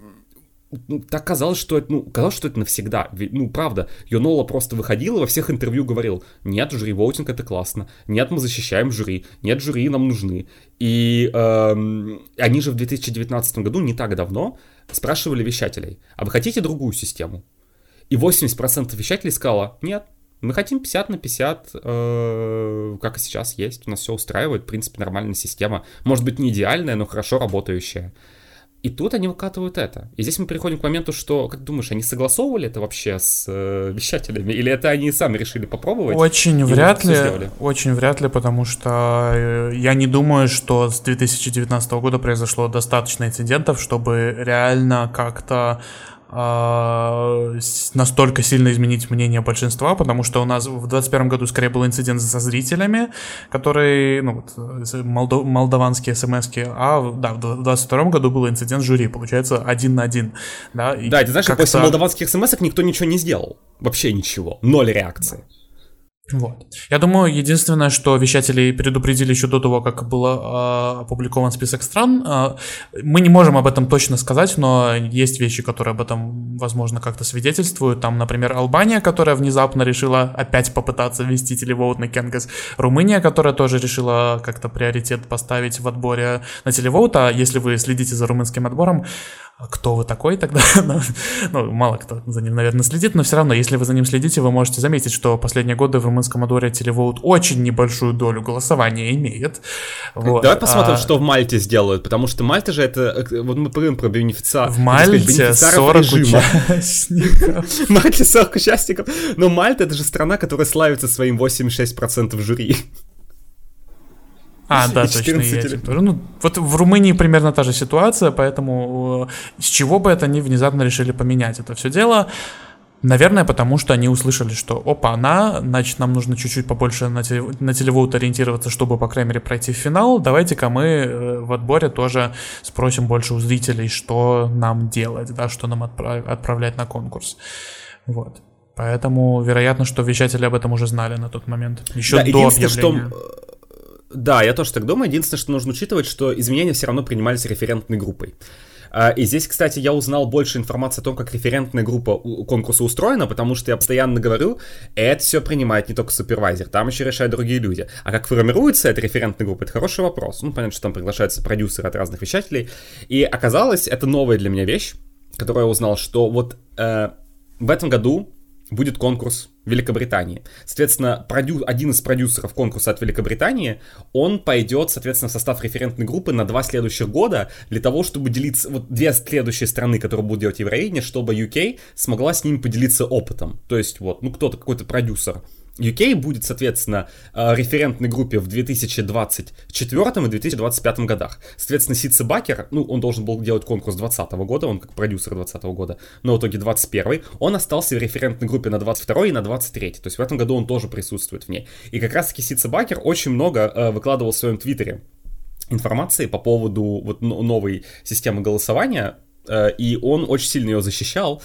Так казалось, что это, ну, казалось, что это навсегда. Ну, правда, Йон Ола просто выходил и во всех интервью говорил: нет, жюри-воутинг это классно, нет, мы защищаем жюри, нет, жюри нам нужны. И эм, они же в две тысячи девятнадцатом году, не так давно, спрашивали вещателей: а вы хотите другую систему? И восемьдесят процентов вещателей сказало: нет, мы хотим пятьдесят на пятьдесят, э, как и сейчас есть, у нас все устраивает, в принципе, нормальная система, может быть, не идеальная, но хорошо работающая. И тут они выкатывают это. И здесь мы переходим к моменту, что, как думаешь, они согласовывали это вообще с э, вещателями? Или это они сами решили попробовать? Очень вряд ли, очень вряд ли, потому что э, я не думаю, что с две тысячи девятнадцатого года произошло достаточно инцидентов, чтобы реально как-то настолько сильно изменить мнение большинства, потому что у нас в двадцать первом году скорее был инцидент со зрителями, которые, ну вот, молдо- молдаванские смс-ки, а да, в двадцать втором году был инцидент с жюри, получается, один на один. Да, и да, ты знаешь, как после молдаванских смс-ок никто ничего не сделал, вообще ничего, ноль реакции. Вот. Я думаю, единственное, что вещатели предупредили еще до того, как был э, опубликован список стран, э, мы не можем об этом точно сказать, но есть вещи, которые об этом, возможно, как-то свидетельствуют. Там, например, Албания, которая внезапно решила опять попытаться ввести телевоут на Кенгас. Румыния, которая тоже решила как-то приоритет поставить в отборе на телевоут. А если вы следите за румынским отбором, кто вы такой тогда, ну, мало кто за ним, наверное, следит, но все равно, если вы за ним следите, вы можете заметить, что последние годы в румынском адоре телевоут очень небольшую долю голосования имеет. Вот. Давай посмотрим, а... что в Мальте сделают, потому что Мальта же это, вот мы поговорим про бенефициар. В Мальте сорок участников. Мальте сорок участников, но Мальта это же страна, которая славится своим восемьдесят шесть процентов жюри. А, да, точно, есть. Ну, вот в Румынии примерно та же ситуация, поэтому э, с чего бы это они внезапно решили поменять это все дело? Наверное, потому что они услышали, что опа, она, значит, нам нужно чуть-чуть побольше на, теле, на телевоут ориентироваться, чтобы, по крайней мере, пройти в финал. Давайте-ка мы э, в отборе тоже спросим больше у зрителей, что нам делать, да, что нам отправ- отправлять на конкурс. Вот. Поэтому, вероятно, что вещатели об этом уже знали на тот момент, еще да, до объявления. Что... Да, я тоже так думаю. Единственное, что нужно учитывать, что изменения все равно принимались референтной группой. И здесь, кстати, я узнал больше информации о том, как референтная группа конкурса устроена, потому что я постоянно говорю, это все принимает не только супервайзер, там еще решают другие люди. А как формируется эта референтная группа, это хороший вопрос. Ну, понятно, что там приглашаются продюсеры от разных вещателей. И оказалось, это новая для меня вещь, которую я узнал, что вот э, в этом году будет конкурс в Великобритании. Соответственно, продю... один из продюсеров конкурса от Великобритании, он пойдет, соответственно, в состав референтной группы на два следующих года для того, чтобы делиться... Вот две следующие страны, которые будут делать Евровидение, чтобы ю кей смогла с ними поделиться опытом. То есть, вот, ну, кто-то, какой-то продюсер ю кей будет, соответственно, референтной группе в две тысячи двадцать четвёртом и две тысячи двадцать пятом годах. Соответственно, Сидсе Бакер, ну, он должен был делать конкурс двадцатого года, он как продюсер двадцатого года, но в итоге двадцать первый. Он остался в референтной группе на двадцать второй и на двадцать третий. То есть в этом году он тоже присутствует в ней. И как раз-таки Сидсе Бакер очень много э, выкладывал в своем твиттере информации по поводу вот новой системы голосования. И он очень сильно ее защищал.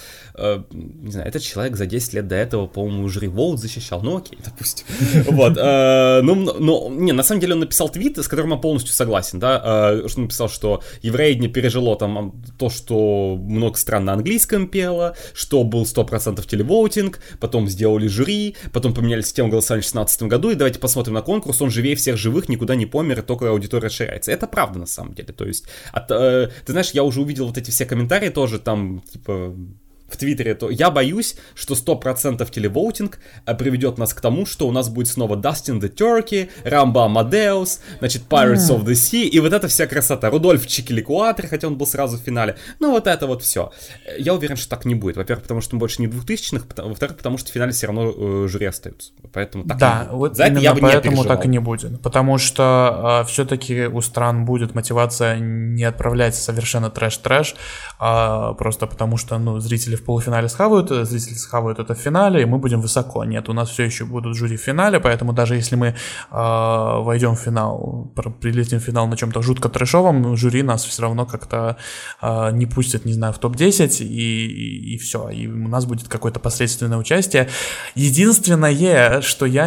Не знаю, этот человек за десять лет до этого, по-моему, жюри Vote защищал. Ну окей, допустим. Вот. Ну, но, не, на самом деле он написал твит, с которым я полностью согласен, да. Что он написал, что Евровидение пережило там то, что много стран на английском пело, что был сто процентов телевоутинг, потом сделали жюри, потом поменяли систему голосования в шестнадцатом году, и давайте посмотрим на конкурс, он живее всех живых, никуда не помер, и только аудитория расширяется. Это правда, на самом деле. То есть, от, ты знаешь, я уже увидел вот эти все комментарии тоже там, типа, в Твиттере, то я боюсь, что сто процентов телевоутинг приведет нас к тому, что у нас будет снова Dustin the Turkey, Рамбо Амадеус, значит, Pirates mm. of the Sea, и вот эта вся красота. Рудольф Чикиликуатор, хотя он был сразу в финале. Ну, вот это вот все. Я уверен, что так не будет. Во-первых, потому что мы больше не в двухтысячных, во-вторых, потому что в финале все равно э, жюри остаются. Поэтому так да, не будет. Вот за это я бы не переживал. Так и не будет. Потому что э, все-таки у стран будет мотивация не отправлять совершенно трэш-трэш, а просто потому что, ну, зрители в полуфинале схавают, зрители схавают это в финале, и мы будем высоко. Нет, у нас все еще будут жюри в финале, поэтому даже если мы э, войдем в финал, прилетим в финал на чем-то жутко трэшовом, жюри нас все равно как-то э, не пустят, не знаю, в топ десять, и, и, и все, и у нас будет какое-то посредственное участие. Единственное, что я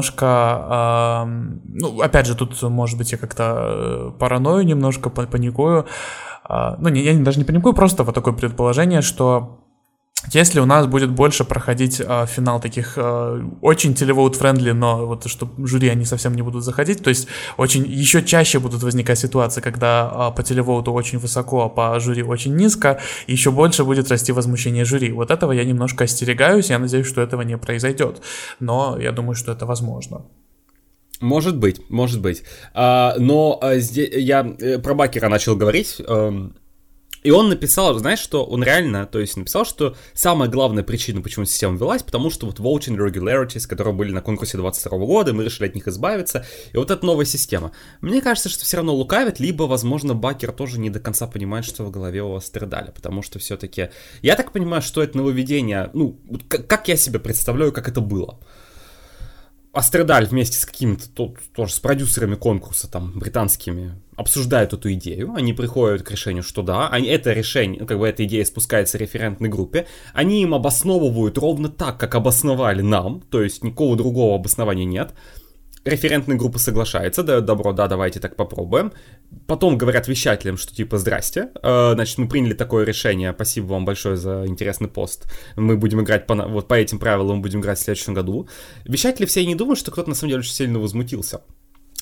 немножко, э, ну, опять же, тут, может быть, я как-то параною немножко, паникую, э, ну, не, я даже не паникую, просто вот такое предположение, что если у нас будет больше проходить э, финал таких э, очень телевоут-френдли, но вот что жюри они совсем не будут заходить, то есть очень еще чаще будут возникать ситуации, когда э, по телевоуту очень высоко, а по жюри очень низко, и еще больше будет расти возмущение жюри. Вот этого я немножко остерегаюсь, я надеюсь, что этого не произойдет, но я думаю, что это возможно. Может быть, может быть. А, но а, здесь, я про Бакера начал говорить. А, И он написал, знаешь, что он реально, то есть написал, что самая главная причина, почему система ввелась, потому что вот voting irregularities, которые были на конкурсе двадцать второго года, мы решили от них избавиться, и вот эта новая система. Мне кажется, что все равно лукавит, либо, возможно, Бакер тоже не до конца понимает, что в голове у Астердаля, потому что все-таки, я так понимаю, что это нововведение, ну, как я себе представляю, как это было. Астердаль вместе с какими-то, то, тоже с продюсерами конкурса, там, британскими, обсуждают эту идею, они приходят к решению, что да, они, это решение, как бы эта идея спускается в референтной группе, они им обосновывают ровно так, как обосновали нам, то есть никакого другого обоснования нет. Референтная группа соглашается, дает добро, да, давайте так попробуем. Потом говорят вещателям, что типа здрасте, э, значит, мы приняли такое решение, спасибо вам большое за интересный пост, мы будем играть по, вот по этим правилам, мы будем играть в следующем году. Вещатели все не думают, что кто-то на самом деле очень сильно возмутился.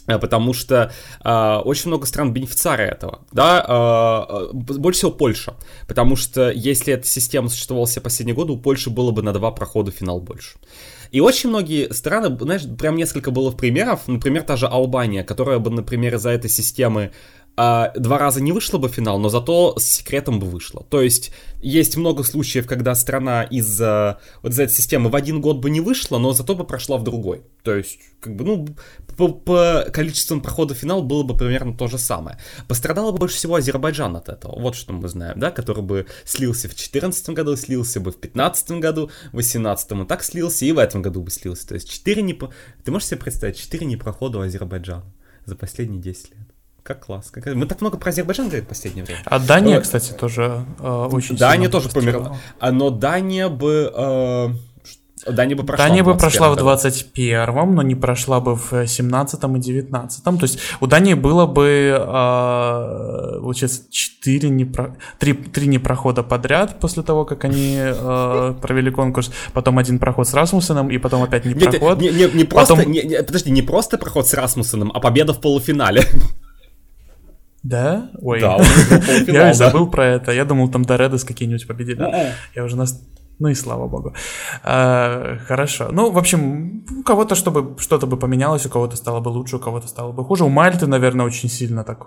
Потому что э, очень много стран бенефициары этого, да, э, больше всего Польша, потому что если эта система существовала все последние годы, у Польши было бы на два прохода в финал больше. И очень многие страны, знаешь, прям несколько было примеров, например, та же Албания, которая бы, например, из-за этой системы Uh, два раза не вышла бы в финал, но зато с секретом бы вышла. То есть есть много случаев, когда страна из-за вот из этой системы в один год бы не вышла, но зато бы прошла в другой. То есть, как бы, ну, по, по количеству прохода в финал было бы примерно то же самое. Пострадало бы больше всего Азербайджан от этого. Вот что мы знаем, да, который бы слился в две тысячи четырнадцатом году, слился бы в две тысячи пятнадцатом году, в две тысячи восемнадцатом и так слился, и в этом году бы слился. То есть четыре не... Ты можешь себе представить, четыре непрохода у Азербайджана за последние десять лет? Как класс. Как... Мы так много про Азербайджан говорим в последнее время. А Дания, вот. Кстати, тоже э, очень Дания тоже померла. Но Дания бы... Э... Дания бы прошла Дания бы прошла в двадцать первом, но не прошла бы в семнадцатом и девятнадцатом. То есть у Дании было бы, э, получается, четыре непро... три, три непрохода подряд после того, как они э, провели конкурс. Потом один проход с Расмуссеном, и потом опять непроход. Не, не, не просто, потом... не, не, подожди, не просто проход с Расмуссеном, а победа в полуфинале. Да? Ой, да, я и забыл про это. Я думал, там Доредес какие-нибудь победили. Я уже нас... Ну и слава богу. А, хорошо. Ну, в общем, у кого-то чтобы что-то бы поменялось, у кого-то стало бы лучше, у кого-то стало бы хуже. У Мальты, наверное, очень сильно так...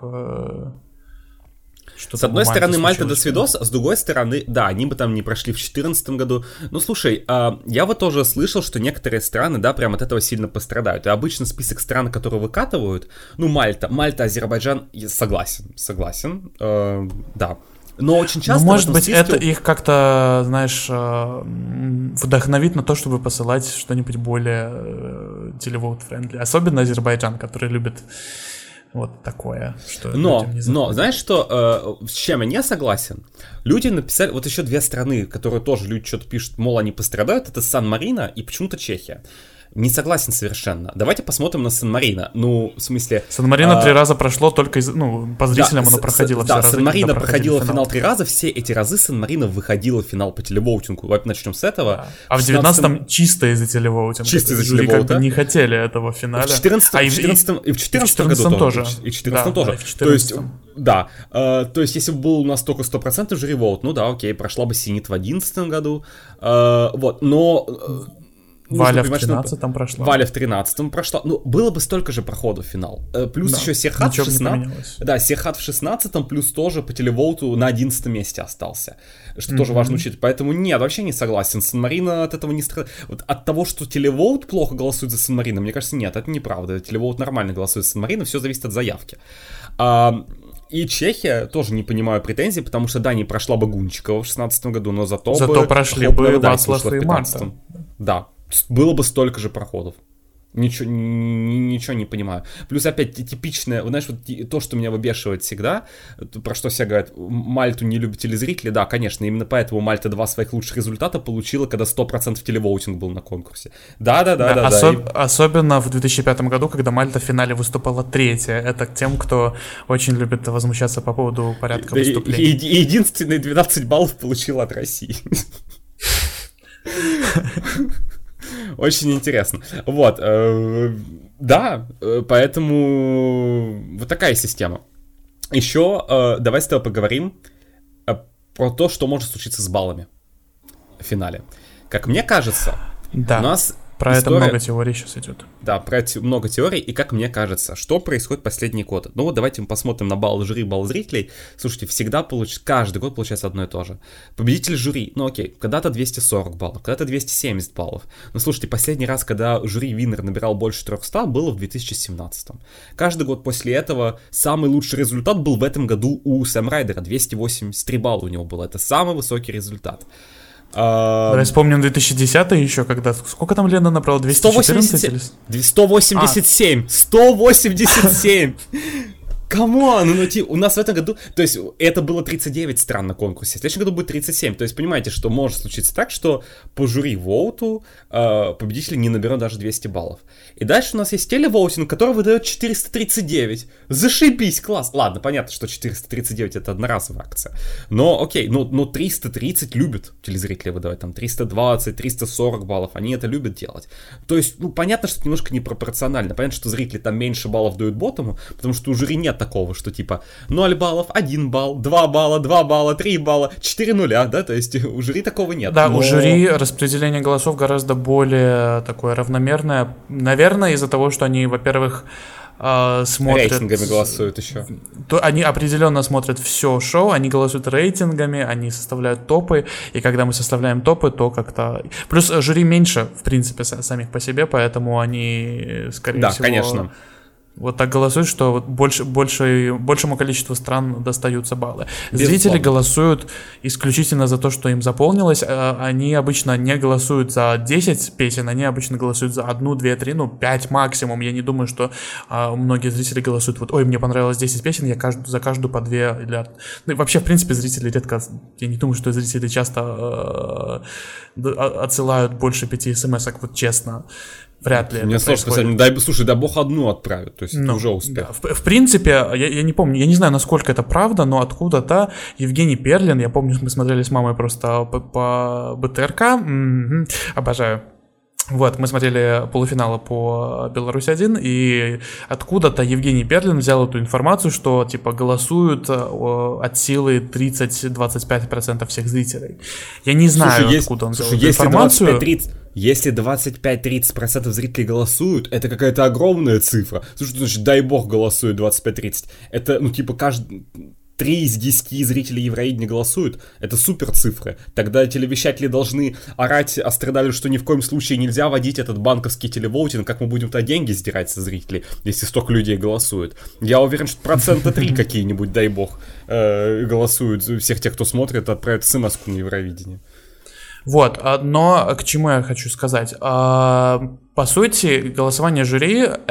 С одной стороны, Мальта до свидос, а с другой стороны, да, они бы там не прошли в две тысячи четырнадцатом году. Ну, слушай, а, я вот тоже слышал, что некоторые страны, да, прям от этого сильно пострадают. И обычно список стран, которые выкатывают, ну, Мальта, Мальта, Азербайджан, согласен, согласен, э, да. Но очень часто... Ну, может быть, списке... это их как-то, знаешь, вдохновит на то, чтобы посылать что-нибудь более телевоут-френдли. Особенно Азербайджан, который любит... Вот такое, что но, но, знаешь что, э, с чем я не согласен? Люди написали, вот еще две страны, которые тоже люди что-то пишут, мол, они пострадают, это Сан-Марино и почему-то Чехия. Не согласен совершенно. Давайте посмотрим на Сан-Марино. Ну, в смысле... Сан-Марино а... три раза прошло только из... Ну, по зрителям да, оно проходило с, все да, разы. Да, Сан-Марино проходило финал. финал три раза, все эти разы Сан-Марино выходило в финал по телевоутингу. Давайте начнем с этого. Да. А в девятнадцатом чисто из-за телевоутинга. Чисто из-за телевоутинга. Жюри как бы не хотели этого финала. В четырнадцатом, а и в четырнадцатом, и в четырнадцатом году тоже. И в четырнадцатом да, тоже. Да, в четырнадцатом. То есть, да. Э, то есть, если бы был у нас только сто процентов жюри-воут, ну да, окей, прошла бы Синит в одиннадцатом году. Э, вот, но... Валя в тринадцатом прошла. Валя в тринадцатом прошла. Ну, было бы столько же проходов в финал. Плюс да, еще Серхат в шестнадцатом. Да, Серхат в шестнадцатом, плюс тоже по телевоуту на одиннадцатом месте остался. Что mm-hmm. тоже важно учитывать. Поэтому нет, вообще не согласен. Сан-Марино от этого не страдает. Вот от того, что телевоут плохо голосует за Сан-Марино, мне кажется, нет, это неправда. Телевоут нормально голосует за Сан-Марино, все зависит от заявки. А, и Чехия, тоже не понимаю претензий, потому что, да, не прошла бы Гунчикова в шестнадцатом году, но зато, зато бы... прошли бы Вацлав и Марта. Да. Было бы столько же проходов. Ничего, ничего не понимаю. Плюс опять типичное, знаешь, вот то, что меня выбешивает всегда, про что все говорят, Мальту не любят телезрители, да, конечно, именно поэтому Мальта два своих лучших результата получила, когда сто процентов телевоутинг был на конкурсе. Да-да-да. да, да, особ- да. Особенно в две тысячи пятом году, когда Мальта в финале выступала третья. Это к тем, кто очень любит возмущаться по поводу порядка да, выступлений. И, и, и единственные двенадцать баллов получила от России. Очень интересно. Вот, э, да, поэтому вот такая система. Еще э, давай с тобой поговорим э, про то, что может случиться с баллами в финале. Как мне кажется, да. у нас Про история... это много теорий сейчас идет. Да, про это много теорий, и как мне кажется, что происходит последние годы. Ну вот давайте мы посмотрим на балл жюри, балл зрителей. Слушайте, всегда получается, каждый год получается одно и то же. Победитель жюри, ну окей, когда-то двести сорок баллов, когда-то двести семьдесят баллов. Но слушайте, последний раз, когда жюри Виннер набирал больше триста, было в две тысячи семнадцатом. Каждый год после этого самый лучший результат был в этом году у Сэм Райдера, двести восемьдесят три балла у него было. Это самый высокий результат. Давай вспомним две тысячи десятый еще, когда... Сколько там Лена набрала? двести четырнадцать? сто восемьдесят семь. сто восемьдесят семь. сто восемьдесят семь. Камон, ну, ну, у нас в этом году, то есть это было тридцать девять стран на конкурсе, в следующем году будет тридцать семь, то есть понимаете, что может случиться так, что по жюри-воуту э, победитель не наберет даже двести баллов. И дальше у нас есть телевоутинг, который выдает четыреста тридцать девять. Зашибись, класс. Ладно, понятно, что четыреста тридцать девять это одноразовая акция, но окей, ну, ну триста тридцать любят телезрители выдавать, там триста двадцать, триста сорок баллов, они это любят делать. То есть, ну, понятно, что это немножко непропорционально, понятно, что зрители там меньше баллов дают ботому, потому что у жюри нет такого, что типа ноль баллов, один балл, два балла, два балла, три балла, четыре нуля, да, то есть у жюри такого нет. Да, но... у жюри распределение голосов гораздо более такое равномерное, наверное, из-за того, что они, во-первых, смотрят... Рейтингами голосуют еще. То они определенно смотрят все шоу, они голосуют рейтингами, они составляют топы, и когда мы составляем топы, то как-то... Плюс жюри меньше, в принципе, самих по себе, поэтому они, скорее да, всего... Да, конечно. Вот так голосуют, что вот больше, больше, большему количеству стран достаются баллы. Безусловно. Зрители голосуют исключительно за то, что им заполнилось. Они обычно не голосуют за десять песен, они обычно голосуют за одну, две, три, ну, пять максимум. Я не думаю, что а, многие зрители голосуют вот, ой, мне понравилось десять песен, я кажд... за каждую по две. Или... Ну, и вообще, в принципе, зрители редко... Я не думаю, что зрители часто э, отсылают больше пяти смс-ок, вот честно. Вряд ли. Мне сложно сказать, дай, слушай, дай бог одну отправят, то есть ну, это уже успех. Да. В, в принципе, я, я не помню, я не знаю, насколько это правда, но откуда-то Евгений Перлин, я помню, мы смотрели с мамой просто по, по БТРК, м-м-м, обожаю. Вот, мы смотрели полуфиналы по Беларусь один, и откуда-то Евгений Перлин взял эту информацию, что, типа, голосуют от силы тридцать-двадцать пять процентов всех зрителей. Я не знаю, слушай, откуда есть, он взял слушай, эту если информацию. двадцать пять тридцать Если двадцать пять-тридцать процентов зрителей голосуют, это какая-то огромная цифра. Слушай, значит, дай бог голосует двадцать пять-тридцать. Это, ну, типа, каждый... три из десяти зрителей Евровидения голосуют, это супер цифры. Тогда телевещатели должны орать Астрадалю, что ни в коем случае нельзя вводить этот банковский телевоутинг, как мы будем тогда деньги сдирать со зрителей, если столько людей голосует. Я уверен, что процента три какие-нибудь, дай бог, голосуют. Всех тех, кто смотрит, отправят смс-ку на Евровидение. Вот, но к чему я хочу сказать. По сути, голосование жюри —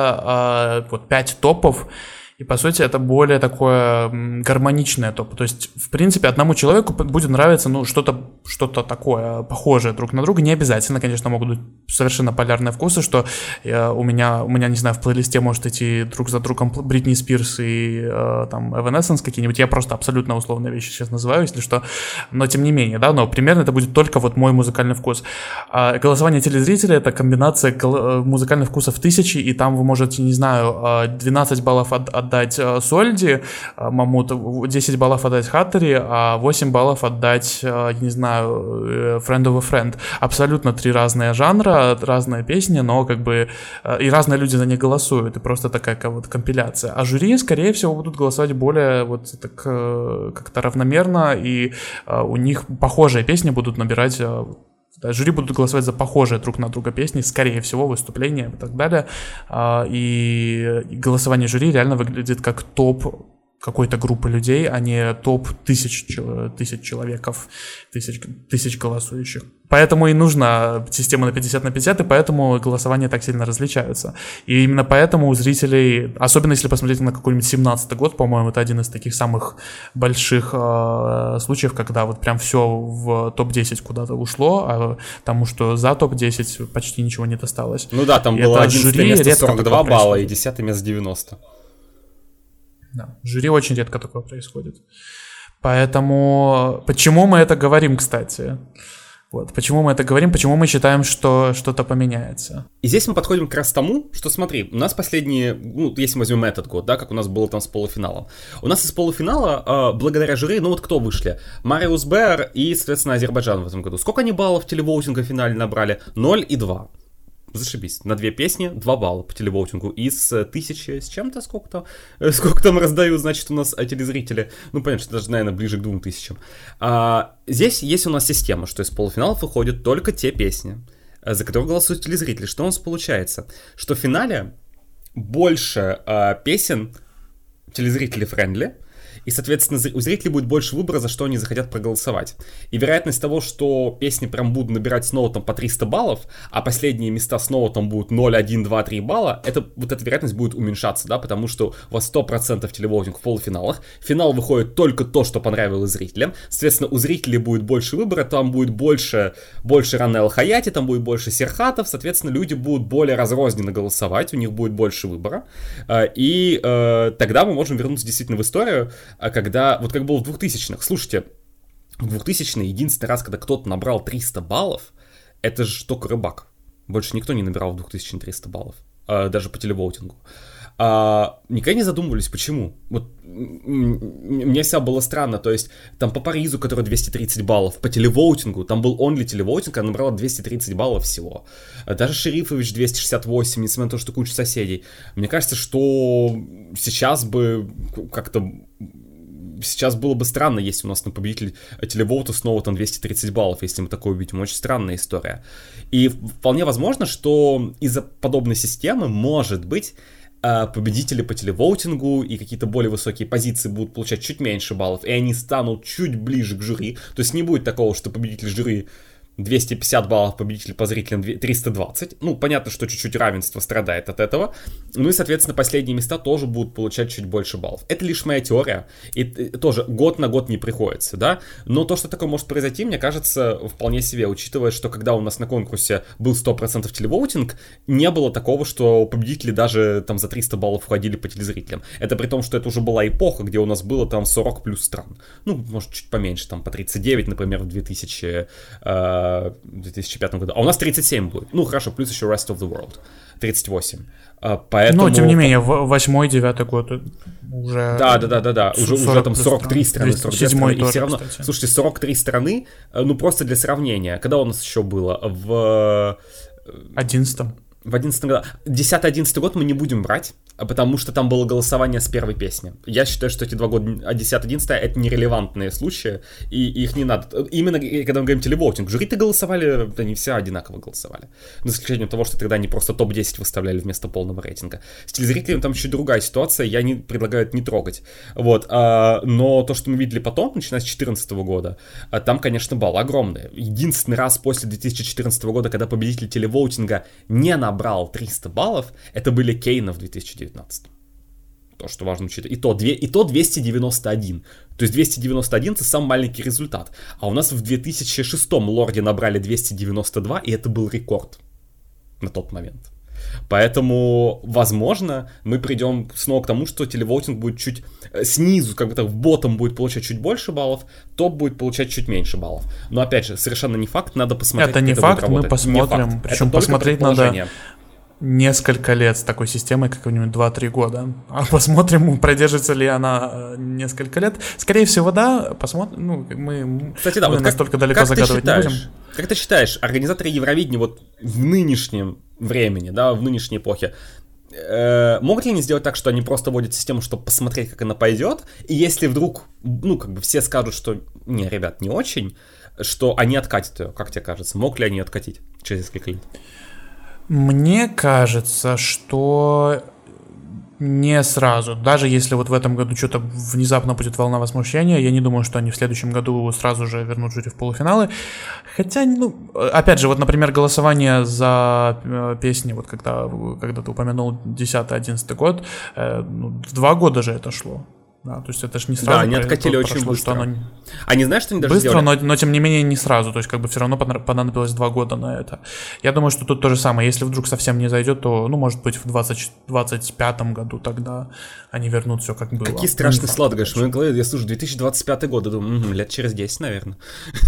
это вот пять топов, и, по сути, это более такое гармоничное топ. То есть, в принципе, одному человеку будет нравиться, ну, что-то, что-то такое похожее друг на друга. Не обязательно, конечно, могут быть совершенно полярные вкусы, что я, у меня, у меня, не знаю, в плейлисте может идти друг за другом Бритни Спирс и э, там Evanescence какие-нибудь. Я просто абсолютно условные вещи сейчас называю, если что. Но, тем не менее, да, но примерно это будет только вот мой музыкальный вкус. А голосование телезрителей — это комбинация гол- музыкальных вкусов тысячи, и там вы можете, не знаю, двенадцать баллов от, от отдать Сольди, Мамут, десять баллов отдать Хаттери, а восемь баллов отдать, я не знаю, Friend of a Friend. Абсолютно три разные жанра, разные песни, но как бы и разные люди за них голосуют, и просто такая вот компиляция. А жюри, скорее всего, будут голосовать более вот так как-то равномерно, и у них похожие песни будут набирать. Да, жюри будут голосовать за похожие друг на друга песни, скорее всего, выступления и так далее. И голосование жюри реально выглядит как топ какой-то группы людей, а не топ тысяч, тысяч человеков, тысяч, тысяч голосующих. Поэтому и нужна система на пятьдесят на пятьдесят, и поэтому голосования так сильно различаются. И именно поэтому у зрителей, особенно если посмотреть на какой-нибудь семнадцатый год, по-моему, это один из таких самых больших э, случаев, когда вот прям все в топ десять куда-то ушло, а потому что за топ десять почти ничего не досталось. Ну да, там и было одиннадцатое место сорок два балла и десятое место девяносто. Да, в жюри очень редко такое происходит. Поэтому почему мы это говорим, кстати? Вот, почему мы это говорим, почему мы считаем, что что-то поменяется. И здесь мы подходим как раз к тому, что смотри, у нас последние, ну, если мы возьмем этот год, да, как у нас было там с полуфиналом. У нас из полуфинала, э, благодаря жюри, ну вот кто вышли? Мариус Бэр и, соответственно, Азербайджан в этом году. Сколько они баллов телевоутинга в финале набрали? ноль и два. Зашибись. На две песни два балла по телевоутингу. Из тысячи с чем-то, сколько-то, сколько там раздают, значит, у нас телезрители. Ну, понятно, что даже, наверное, ближе к двум тысячам. А, здесь есть у нас система, что из полуфиналов выходят только те песни, за которые голосуют телезрители. Что у нас получается? Что в финале больше а, песен телезрители френдли, и, соответственно, у зрителей будет больше выбора, за что они захотят проголосовать. И вероятность того, что песни прям будут набирать снова там по триста баллов, а последние места снова там будут ноль, один, два, три балла, это, вот эта вероятность будет уменьшаться, да, потому что у вас сто процентов телевотинг в полуфиналах, в финал выходит только то, что понравилось зрителям, соответственно, у зрителей будет больше выбора, там будет больше, больше Раны Алхаяти, там будет больше Серхатов, соответственно, люди будут более разрозненно голосовать, у них будет больше выбора, и э, тогда мы можем вернуться действительно в историю, когда, вот как было в двухтысячных, слушайте, в двухтысячные единственный раз, когда кто-то набрал триста баллов, это же только Рыбак, больше никто не набирал в двухтысячные триста баллов, даже по телевоутингу. А, никогда не задумывались, почему. Вот мне всегда было странно, то есть там по Паризу, который двести тридцать баллов, по телевоутингу, там был only телевоутинг, она набрала двести тридцать баллов всего. Даже Шерифович двести шестьдесят восемь, несмотря на то, что куча соседей. Мне кажется, что сейчас бы как-то... Сейчас было бы странно, если у нас на победитель телевоута снова там двести тридцать баллов, если мы такое увидим. Очень странная история. И вполне возможно, что из-за подобной системы, может быть, победители по телевоутингу и какие-то более высокие позиции будут получать чуть меньше баллов, и они станут чуть ближе к жюри. То есть не будет такого, что победитель жюри двести пятьдесят баллов, победитель по зрителям триста двадцать. Ну, понятно, что чуть-чуть равенство страдает от этого. Ну и, соответственно, последние места тоже будут получать чуть больше баллов. Это лишь моя теория. И тоже год на год не приходится, да. Но то, что такое может произойти, мне кажется, вполне себе, учитывая, что когда у нас на конкурсе был сто процентов телевоутинг, не было такого, что победители даже там за триста баллов входили по телезрителям. Это при том, что это уже была эпоха, где у нас было там сорок плюс стран. Ну, может, чуть поменьше, там по тридцать девять, например, в две тысячи в две тысячи пятом году. А у нас тридцать семь будет. Ну, хорошо, плюс еще Rest of the World. тридцать восемь. Поэтому... Но, тем не менее, восьмой, девятый год уже... Да, да, да, да, да. Уже, уже там сорок три страны, сорок две страны. И тоже, все равно, кстати. Слушайте, сорок три страны, ну, просто для сравнения. Когда у нас еще было? В... одиннадцатом. В одиннадцатом году. десятый-одиннадцатый год мы не будем брать, потому что там было голосование с первой песни. Я считаю, что эти два года, десятый-одиннадцатый, это нерелевантные случаи, и их не надо. Именно когда мы говорим телевоутинг, жюри-то голосовали, да не все одинаково голосовали. За исключением того, что тогда они просто топ десять выставляли вместо полного рейтинга. С телезрителями там чуть другая ситуация, я не предлагаю это не трогать. Вот. А, но то, что мы видели потом, начиная с две тысячи четырнадцатого года, там, конечно, баллы огромные. Единственный раз после две тысячи четырнадцатого года, когда победитель телевоутинга не набрал триста баллов, это были Кейна в две тысячи девятнадцатом. То, что важно учитывать. И то, две, и то двести девяносто один. То есть двести девяносто один это самый маленький результат. А у нас в две тысячи шестом Лорде набрали двести девяносто два, и это был рекорд на тот момент. Поэтому, возможно, мы придем снова к тому, что телевоутинг будет чуть снизу, как бы так, в ботом будет получать чуть больше баллов, топ будет получать чуть меньше баллов. Но, опять же, совершенно не факт, надо посмотреть. Это не это факт, мы посмотрим. Факт. Причем посмотреть надо несколько лет с такой системой, как-нибудь два-три года. А посмотрим, продержится ли она несколько лет. Скорее всего, да. Посмотрим. Ну, мы, Кстати, да, мы вот настолько как, далеко как загадывать не будем. Как ты считаешь, организаторы Евровидения вот в нынешнем времени, да, в нынешней эпохе, э, могут ли они сделать так, что они просто вводят систему, чтобы посмотреть, как она пойдет, и если вдруг, ну, как бы все скажут, что, не, ребят, не очень, что они откатят ее, как тебе кажется? Могут ли они откатить через несколько лет? Мне кажется, что не сразу. Даже если вот в этом году что-то внезапно будет волна возмущения, я не думаю, что они в следующем году сразу же вернут жюри в полуфиналы. Хотя, ну, опять же, вот, например, голосование за э, песни, вот когда, когда ты упомянул десятый-одиннадцатый год, э, ну, два года же это шло. Да, то есть это же не сразу. Да, они откатили очень прошло, быстро. Оно... Они знаешь, что они даже быстро, сделали? Но, но тем не менее не сразу. То есть как бы все равно понадобилось два года на это. Я думаю, что тут то же самое. Если вдруг совсем не зайдет, то, ну, может быть, в двадцать двадцать пятом году тогда они вернут все как было. Какие страшные слова, говоришь. В моей голове, я слушаю, две тысячи двадцать пятый год, я думаю, м-м, лет через десять, наверное.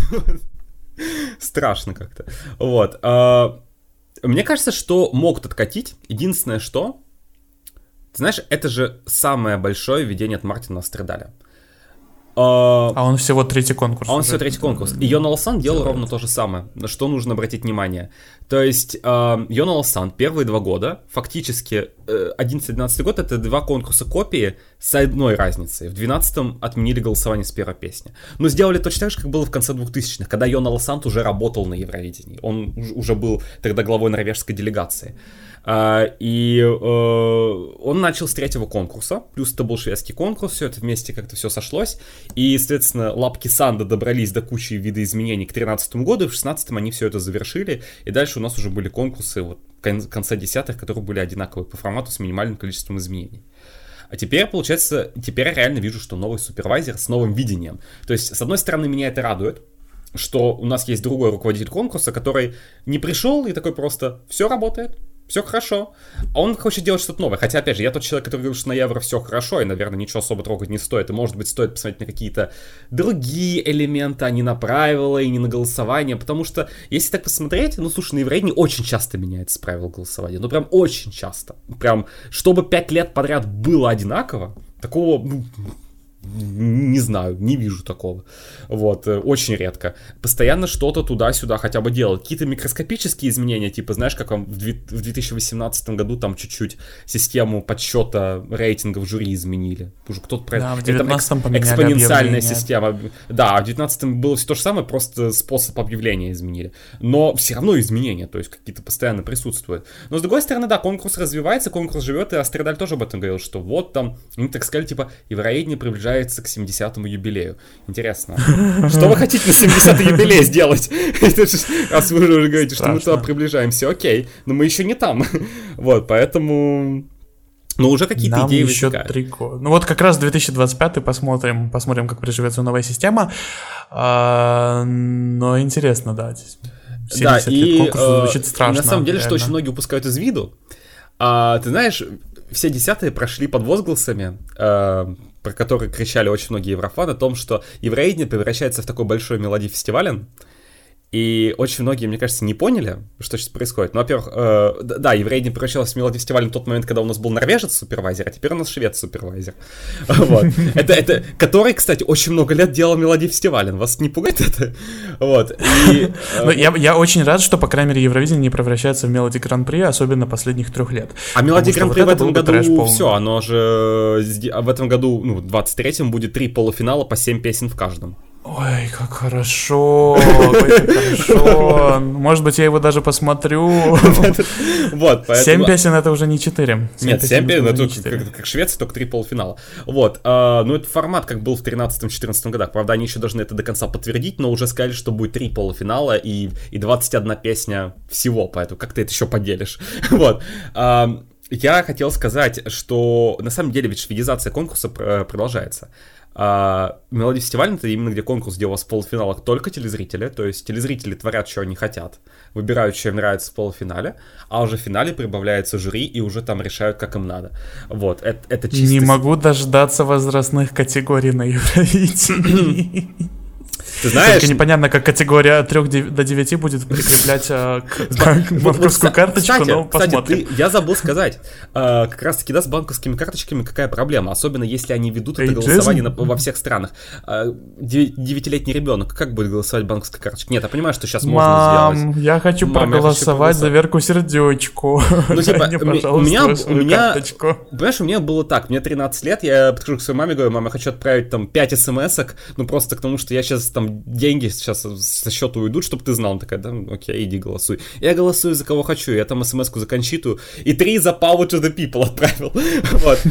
Страшно как-то. Вот. Мне кажется, что могут откатить. Единственное, что... Ты знаешь, это же самое большое введение от Мартина Астредаля. А, а он всего третий конкурс. А он всего третий конкурс. И Йона Лосан делал ровно то же самое, на что нужно обратить внимание. То есть э, Йонал Сан первые два года, фактически э, одиннадцатый-двенадцатый год, это два конкурса копии с одной разницей. В двенадцатом отменили голосование с первой песни. Но сделали точно так же, как было в конце двухтысячных, когда Йонал Сан уже работал на Евровидении. Он уже был тогда главой норвежской делегации. Uh, и uh, он начал с третьего конкурса, плюс это был шведский конкурс, все это вместе как-то все сошлось, и, соответственно, лапки Санда добрались до кучи видоизменений к тринадцатому году, и в шестнадцатом они все это завершили, и дальше у нас уже были конкурсы вот, в конце десятых, которые были одинаковые по формату с минимальным количеством изменений. А теперь, получается, теперь я реально вижу, что новый супервайзер с новым видением. То есть, с одной стороны, меня это радует, что у нас есть другой руководитель конкурса, который не пришел и такой просто «все работает». Все хорошо. А он хочет делать что-то новое. Хотя, опять же, я тот человек, который говорит, что на Евро все хорошо, и, наверное, ничего особо трогать не стоит. И, может быть, стоит посмотреть на какие-то другие элементы, а не на правила и не на голосование. Потому что, если так посмотреть, ну, слушай, на Евровидении очень часто меняется правила голосования. Ну, прям очень часто. Прям, чтобы пять лет подряд было одинаково, такого... Ну, не знаю, не вижу такого. Вот, очень редко. Постоянно что-то туда-сюда хотя бы делают. Какие-то микроскопические изменения, типа, знаешь, как вам в две тысячи восемнадцатом году там чуть-чуть систему подсчета рейтингов жюри изменили. Уже кто-то про да, в девятнадцатом поменяли экспоненциальная объявление. Система. Да, а в девятнадцатом было все то же самое, просто способ объявления изменили. Но все равно изменения, то есть какие-то постоянно присутствуют. Но с другой стороны, да, конкурс развивается, конкурс живет, и Астридаль тоже об этом говорил, что вот там, они так сказали, типа, Евровидение приближается к семидесятому юбилею. Интересно. Что вы хотите на семидесятый юбилей сделать? Раз вы уже говорите, что мы туда приближаемся, окей, но мы еще не там. Вот, поэтому... Ну, уже какие-то Нам идеи еще возникают. три года. Ну, вот как раз две тысячи двадцать пятый посмотрим, посмотрим, как приживется новая система. А, но интересно, да. Да, и звучит страшно, на самом деле, реально. что очень многие упускают из виду, а, ты знаешь, все десятые прошли под возгласами, а, про которые кричали очень многие еврофаны, о том, что Евровидение превращается в такой большой мелодий-фестивален. И очень многие, мне кажется, не поняли, что сейчас происходит. Ну, во-первых, э, да, Евровидение превращалось в мелодий-фестиваль в тот момент, когда у нас был норвежец-супервайзер, а теперь у нас швед-супервайзер. Вот. Это, это, который, кстати, очень много лет делал мелодий-фестиваль. Вас не пугает это? Вот. И, э, я, я очень рад, что, по крайней мере, Евровидение не превращается в мелодий-гран-при, особенно последних трех лет. А мелодий-гран-при вот в этом году все, оно же в этом году, ну, в двадцать третьем будет три полуфинала по семь песен в каждом. Ой, как хорошо, ой, как хорошо. Может быть, я его даже посмотрю. Вот, поэтому... Семь песен — это уже не четыре. Нет, семь песен — это как Швеция, только три полуфинала. Вот, ну это формат, как был в тринадцатом-четырнадцатом годах. Правда, они еще должны это до конца подтвердить, но уже сказали, что будет три полуфинала и двадцать одна песня всего, поэтому как ты это еще поделишь? Вот. Я хотел сказать, что на самом деле ведь шведизация конкурса продолжается. А, мелодий-фестиваль — это именно где конкурс, где у вас в полуфиналах только телезрители, то есть телезрители творят, что они хотят, выбирают, что им нравится в полуфинале, а уже в финале прибавляется жюри, и уже там решают, как им надо. Вот, это, это чисто... Не могу дождаться возрастных категорий на Евровидении. Ты знаешь... Только непонятно, как категория от трёх до девяти будет прикреплять а, к, к банковскую карточку, кстати, но посмотрим. Кстати, ты, я забыл сказать, а, как раз-таки, да, с банковскими карточками какая проблема, особенно если они ведут это голосование на, во всех странах. А, девятилетний ребенок, как будет голосовать банковской карточкой? Нет, я понимаю, что сейчас Мам, можно сделать. Я хочу Мам, проголосовать я хочу за Верку Сердючку. Ну, типа, мне, у меня, у меня, понимаешь, у меня было так, мне тринадцать лет, я подхожу к своей маме, говорю, мама, я хочу отправить там пять смс-ок, ну, просто к тому, что я сейчас там деньги сейчас со счета уйдут, чтобы ты знал. Она такая, да, окей, иди голосуй. Я голосую за кого хочу, я там смс-ку за Кончиту и три за Power to the People отправил. Вот.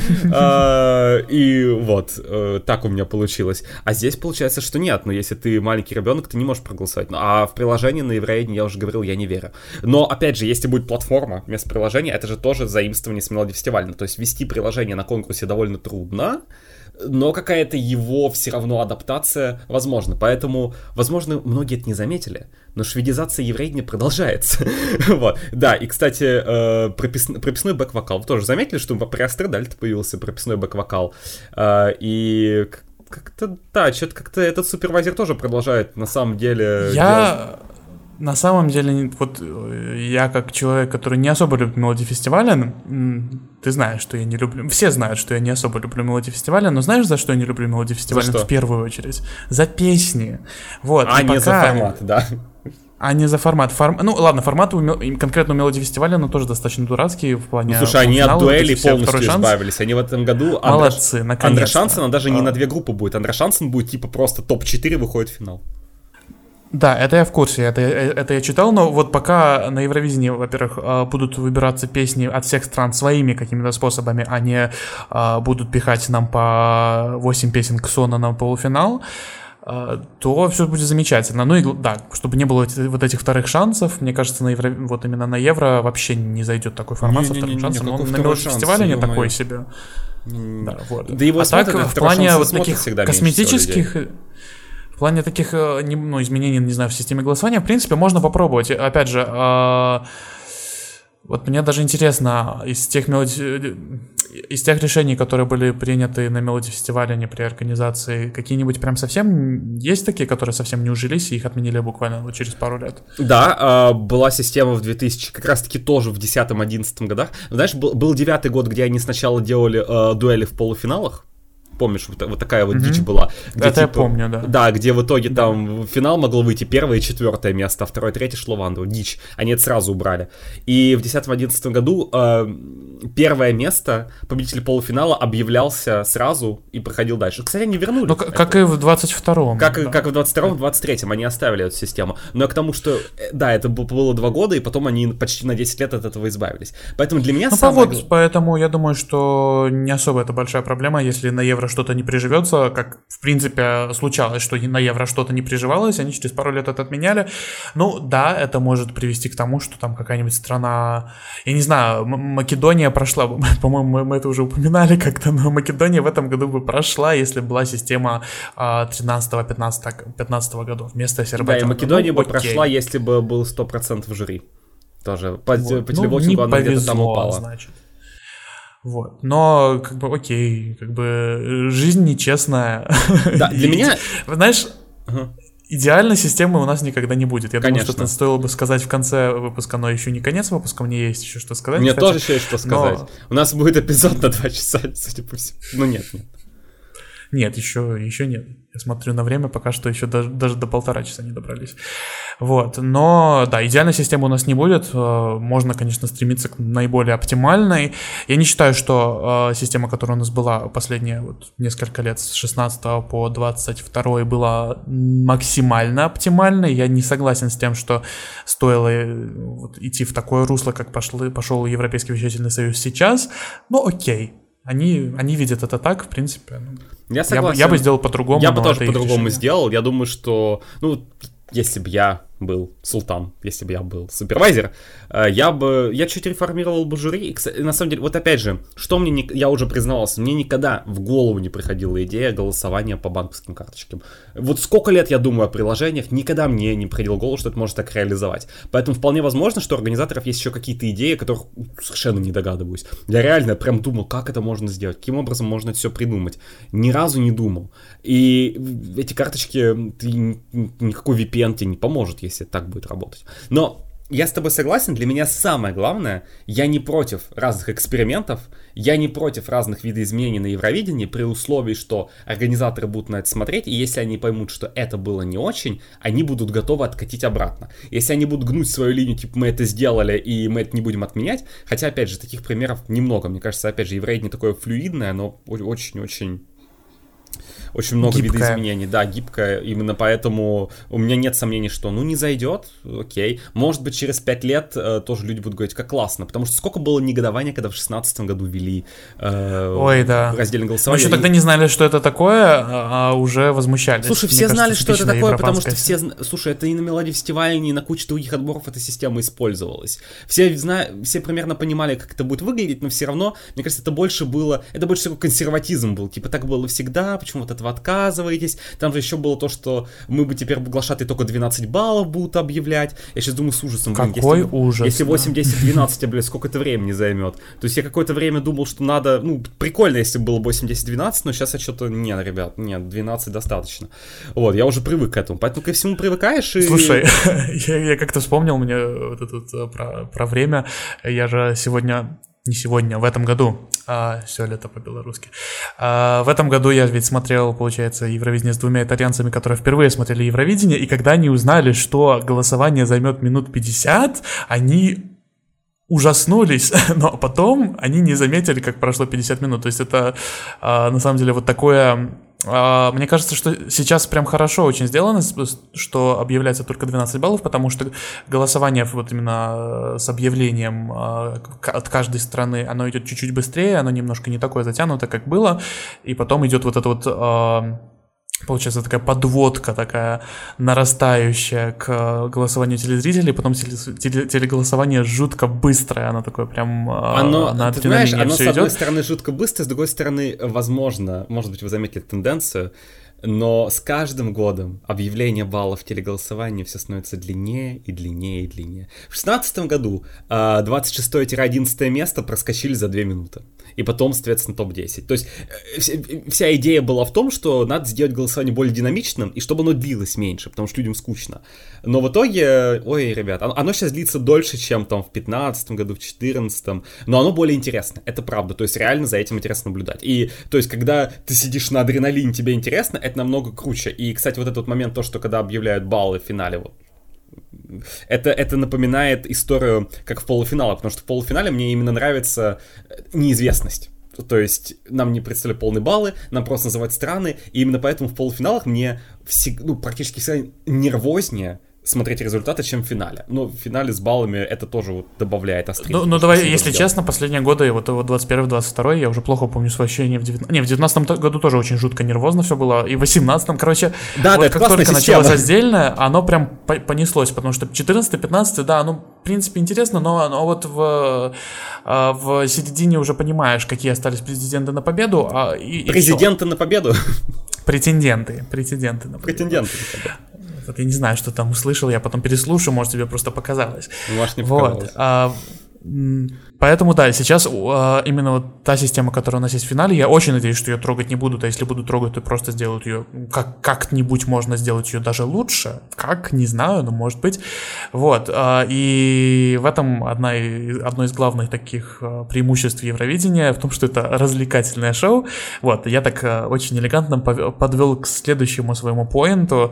И вот, так у меня получилось. А здесь получается, что нет, но если ты маленький ребенок, ты не можешь проголосовать. А в приложении на Евровидении, я уже говорил, я не верю. Но, опять же, если будет платформа вместо приложения, это же тоже заимствование с мелодий-фестиваля. То есть вести приложение на конкурсе довольно трудно, но какая-то его все равно адаптация возможна. Поэтому, возможно, многие это не заметили, но шведизация Евровидения продолжается. Вот. Да, и, кстати, э, пропис... прописной бэк-вокал. Вы тоже заметили, что при Астридаль появился прописной бэк-вокал? Э, и как-то, да, что-то как-то этот супервайзер тоже продолжает, на самом деле... Я... Делать... На самом деле, вот я как человек, который не особо любит мелодий-фестиваля, ты знаешь, что я не люблю, все знают, что я не особо люблю мелодий-фестиваля, но знаешь, за что я не люблю мелодий-фестиваля в первую очередь? За песни. Вот. А, и не пока... за формат, да. А не за формат. Форм... Ну, ладно, формат у... конкретно у Мелоди фестиваля, но тоже достаточно дурацкий в плане... Ну, слушай, они от дуэли полностью избавились. Шанс. Они в этом году... Молодцы, Андра... наконец-то. Андре Шансен, он даже а... не на две группы будет. Андре Шансен будет типа просто топ четыре выходит в финал. Да, это я в курсе, это, это я читал, но вот пока на Евровидении, во-первых, будут выбираться песни от всех стран своими какими-то способами, а не будут пихать нам по восемь песен Ксона на полуфинал, то все будет замечательно. Ну и да, чтобы не было вот этих вторых шансов, мне кажется, на Евро... вот именно на Евро вообще не зайдет такой формат со вторым шансом. Он на Мелоди фестивале не такой себе. Да, вот. Да его а смотрят, так, в плане вот таких косметических... В плане таких ну, изменений, не знаю, в системе голосования, в принципе, можно попробовать. Опять же, э, вот мне даже интересно, из тех, мелоди... из тех решений, которые были приняты на Мелоди фестивале, не при организации, какие-нибудь прям совсем есть такие, которые совсем не ужились и их отменили буквально вот через пару лет? Да, э, была система в двухтысячном, как раз-таки тоже в десятом-одиннадцатом годах. Знаешь, был, был девятый год, где они сначала делали э, дуэли в полуфиналах. Помнишь, вот, вот такая вот mm-hmm. дичь была. Где, это типа, я помню, да. Да, где в итоге да. там в финал могло выйти первое и четвертое место, а второе, третье шло в Анду. Дичь. Они это сразу убрали. И в десятом-одиннадцатом году э, первое место, победитель полуфинала, объявлялся сразу и проходил дальше. Кстати, они вернули. Ну, как, как и в двадцать втором. Как, да. как и в двадцать втором, в двадцать третьем они оставили эту систему. Но я к тому, что, да, это было два года, и потом они почти на десять лет от этого избавились. Поэтому для меня ну, самое... вот, поэтому я думаю, что не особо это большая проблема, если на Евро что-то не приживется, как, в принципе, случалось, что на Евро что-то не приживалось, они через пару лет это отменяли. Ну, да, это может привести к тому, что там какая-нибудь страна, я не знаю, М- Македония прошла, по-моему, мы это уже упоминали как-то, но Македония в этом году бы прошла, если бы была система тринадцатого-пятнадцатого годов вместо Азербайджана. Да, и Македония ну, бы окей. прошла, если бы был сто процентов жюри. Тоже. По, вот. по телевотингу ну, она где-то там упала. Значит. Вот, но как бы окей, как бы жизнь нечестная. Да, для меня... Знаешь, uh-huh. идеальной системы у нас никогда не будет. Я Конечно. думаю, что это стоило бы сказать в конце выпуска, но еще не конец выпуска, мне есть еще что сказать. Мне кстати. тоже еще есть что сказать. Но... У нас будет эпизод на два часа, судя по всему. Ну нет, нет. Нет, еще, еще нет. Я смотрю на время, пока что еще даже, даже до полтора часа не добрались. Вот, но, да, идеальной системы у нас не будет. Можно, конечно, стремиться к наиболее оптимальной. Я не считаю, что э, система, которая у нас была последние вот, несколько лет, с шестнадцатого по двадцать второй, была максимально оптимальной. Я не согласен с тем, что стоило вот, идти в такое русло, как пошли, пошел Европейский вещательный союз сейчас. Ну, окей. Они, они видят это так, в принципе. Я согласен. Я, я бы сделал по-другому. Я бы тоже по-другому сделал. Я думаю, что, ну, если бы я был султан, если бы я был супервайзер, я бы, я чуть реформировал бы жюри. И, на самом деле, вот опять же, что мне, не, я уже признавался, мне никогда в голову не приходила идея голосования по банковским карточкам. Вот сколько лет я думаю о приложениях, никогда мне не приходило в голову, что это можно так реализовать. Поэтому вполне возможно, что у организаторов есть еще какие-то идеи, о которых совершенно не догадываюсь. Я реально прям думал, как это можно сделать, каким образом можно это все придумать. Ни разу не думал. И эти карточки, ты, никакой ви пи эн тебе не поможет, если так будет работать. Но я с тобой согласен, для меня самое главное, я не против разных экспериментов, я не против разных видоизменений на Евровидении при условии, что организаторы будут на это смотреть, и если они поймут, что это было не очень, они будут готовы откатить обратно. Если они будут гнуть свою линию, типа мы это сделали и мы это не будем отменять, хотя, опять же, таких примеров немного, мне кажется, опять же, Евровидение такое флюидное, но очень-очень... Очень много гибкая. Видоизменений, да, гибкая, именно поэтому у меня нет сомнений, что ну не зайдет, окей, может быть через пять лет э, тоже люди будут говорить, как классно, потому что сколько было негодования, когда в шестнадцатом году ввели э, Ой, да. раздельное голосование. Мы еще тогда не знали, что это такое, а уже все возмущались. Слушай, все Мне знали, кажется, что это такое, потому что все, слушай, это и на Мелоди фестивале, и на куче других отборов эта система использовалась. Все, зна... все примерно понимали, как это будет выглядеть, но все равно, мне кажется, это больше было, это больше всего консерватизм был, типа так было всегда, почему вот этого отказываетесь. Там же еще было то, что мы бы теперь глашатые только двенадцать баллов будут объявлять. Я сейчас думаю с ужасом. Блин, какой если, ужас. Если восемь, десять, двенадцать, блин, сколько это времени займет. То есть я какое-то время думал, что надо, ну, прикольно, если бы было восемь, десять, двенадцать, но сейчас я что-то, нет, ребят, нет, двенадцать достаточно. Вот, я уже привык к этому. Поэтому ко всему привыкаешь и... Слушай, я, я как-то вспомнил мне вот это про, про время. Я же сегодня... не сегодня, в этом году, а, все лето по-белорусски. А, в этом году я ведь смотрел, получается, Евровидение с двумя итальянцами, которые впервые смотрели Евровидение, и когда они узнали, что голосование займет минут пятьдесят, они ужаснулись, но потом они не заметили, как прошло пятьдесят минут. То есть это а, на самом деле вот такое... А, мне кажется, что сейчас прям хорошо очень сделано, что объявляется только двенадцать баллов, потому что голосование вот именно с объявлением а, от каждой страны, оно идет чуть-чуть быстрее, оно немножко не такое затянуто, как было, и потом идет вот это вот... А, получается такая подводка, такая нарастающая к голосованию телезрителей, потом теле- телеголосование жутко быстрое, оно такое прям оно, на ты знаешь, оно с одной идет. стороны жутко быстрое, с другой стороны, возможно, может быть, вы заметили тенденцию, но с каждым годом объявление баллов телеголосования все становится длиннее и длиннее и длиннее. В шестнадцатом году двадцать шестое-одиннадцатое место проскочили за две минуты. И потом, соответственно, топ десять. То есть вся идея была в том, что надо сделать голосование более динамичным, и чтобы оно длилось меньше, потому что людям скучно. Но в итоге, ой, ребят, оно сейчас длится дольше, чем там в пятнадцатом году, в четырнадцатом, но оно более интересно, это правда. То есть реально за этим интересно наблюдать. И то есть когда ты сидишь на адреналине, тебе интересно, это намного круче. И, кстати, вот этот вот момент, то, что когда объявляют баллы в финале, вот, Это, это напоминает историю, как в полуфинале, потому что в полуфинале мне именно нравится неизвестность. То есть нам не представляют полные баллы, нам просто называют страны, и именно поэтому в полуфиналах мне всег, ну, практически всегда нервознее смотреть результаты, чем в финале. Но в финале с баллами это тоже вот добавляет остринки. Ну, ну давай, если честно, последние годы, вот, вот двадцать первый двадцать второй, я уже плохо помню свои ощущения в девятнадцатом. Не, в девятнадцатом году тоже очень жутко нервозно все было, и в восемнадцатом, короче, да, вот да, как только система. началось раздельное, оно прям понеслось, потому что четырнадцатый пятнадцатый, да, оно в принципе интересно, но, но вот в, в середине уже понимаешь, какие остались претенденты на победу. А, и, Президенты и на победу? Претенденты, претенденты на победу. Претенденты на победу. Вот я не знаю, что там услышал, я потом переслушаю, может, тебе просто показалось. Может, не показалось. Вот. А, поэтому, да, сейчас а, именно вот та система, которая у нас есть в финале, я очень надеюсь, что ее трогать не будут, а если будут трогать, то просто сделают ее, как, как-нибудь можно сделать ее даже лучше, как, не знаю, но может быть. Вот, а, и в этом одна, одно из главных таких преимуществ Евровидения в том, что это развлекательное шоу. Вот, я так очень элегантно подвел к следующему своему поинту.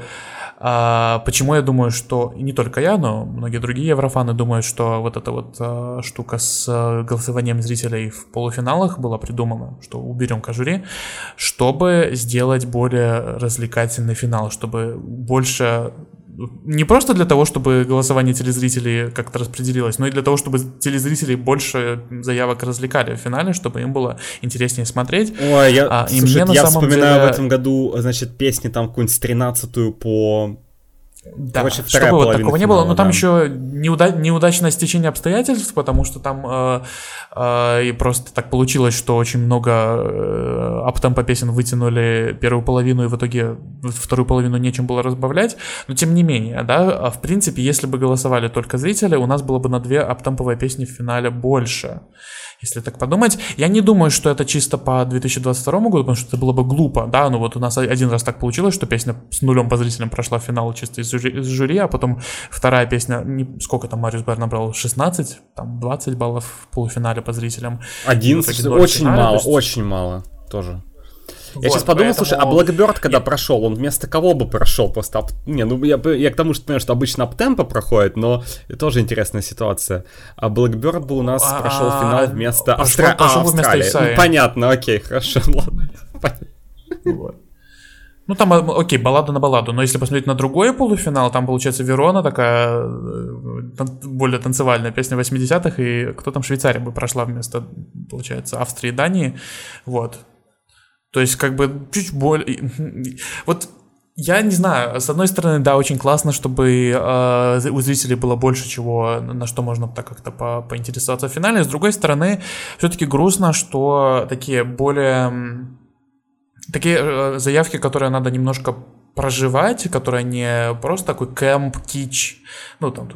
А, почему я думаю, что и не только я, но многие другие еврофаны думают, что вот эта вот а, штука с а, голосованием зрителей в полуфиналах была придумана, что уберем кожури, чтобы сделать более развлекательный финал, чтобы больше... Не просто для того, чтобы голосование телезрителей как-то распределилось, но и для того, чтобы телезрители больше заявок развлекали в финале, чтобы им было интереснее смотреть. Ой, я, а, и слушай, мне я на самом вспоминаю деле... в этом году, значит, песни там какую-нибудь тринадцатую по... Да, короче, чтобы вот такого финала, не было. Но да. там еще неуда... неудачное стечение обстоятельств, потому что там э, э, и просто так получилось, что очень много э, аптемпо песен вытянули первую половину, и в итоге вторую половину нечем было разбавлять. Но тем не менее, да, в принципе, если бы голосовали только зрители, у нас было бы на две аптемповые песни в финале больше. Если так подумать, я не думаю, что это чисто по две тысячи двадцать второму году, потому что это было бы глупо, да, ну вот у нас один раз так получилось, что песня с нулем по зрителям прошла в финал чисто из жюри, из жюри, а потом вторая песня, не, сколько там Мариус Бэр набрал, шестнадцать, там двадцать баллов в полуфинале по зрителям. одиннадцать, очень финале, мало, есть... очень мало тоже. Я вот, сейчас подумал, поэтому... слушай, а Blackbird, когда я... прошел, он вместо кого бы прошел? Просто ап... Не, ну я, я к тому, что понимаю, что обычно аптемпо проходит, но это тоже интересная ситуация. А Blackbird бы у нас а... прошел финал вместо Австра... Австра... а, Австралии. Ну, понятно, окей, хорошо, ладно. Вот. Ну, там, окей, баллада на балладу, но если посмотреть на другой полуфинал, там, получается, Верона, такая более танцевальная песня восьмидесятых, и кто там, Швейцария бы прошла вместо, получается, Австрии и Дании, вот. То есть, как бы, чуть более... Вот, я не знаю, с одной стороны, да, очень классно, чтобы э, у зрителей было больше чего, на что можно так как-то по поинтересоваться в финале. С другой стороны, все-таки грустно, что такие более... Такие э, заявки, которые надо немножко проживать, которые не просто такой кэмп, кич, ну, там...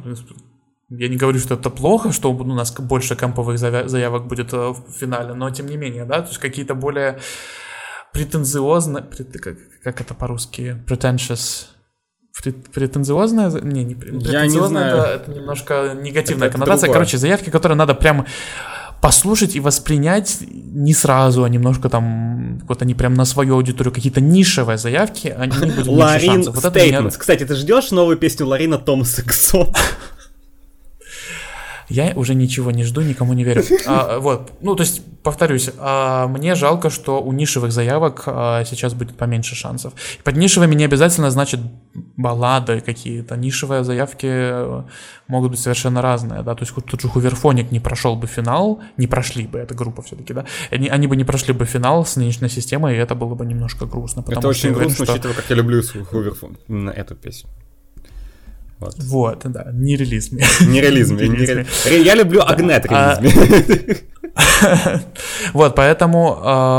Я не говорю, что это плохо, что у нас больше кэмповых заявок будет в финале, но тем не менее, да, то есть какие-то более... претенциозно, как, как это по-русски, pretentious, претенциозная, не, не претенциозная, Я не знаю. Это, это немножко негативная это, коннотация, это короче, заявки, которые надо прям послушать и воспринять не сразу, а немножко там, вот они прям на свою аудиторию, какие-то нишевые заявки, они не будут меньше шансов. Вот меня... Кстати, ты ждешь новую песню Ларина Томаса Ксон? Я уже ничего не жду, никому не верю. А, вот, ну, то есть, повторюсь, а, мне жалко, что у нишевых заявок а, сейчас будет поменьше шансов. И под нишевыми не обязательно значит баллады какие-то. Нишевые заявки могут быть совершенно разные, да, то есть тот же Hooverphonic не прошел бы финал, не прошли бы, это группа все-таки, да, они, они бы не прошли бы финал с нынешней системой, и это было бы немножко грустно. Это очень грустно, что... учитывая, как я люблю Hooverphonic, именно эту песню. Вот. вот, да, не релиз мне. Не релиз мне, не релиз. Я люблю Агнет релиз. Вот, поэтому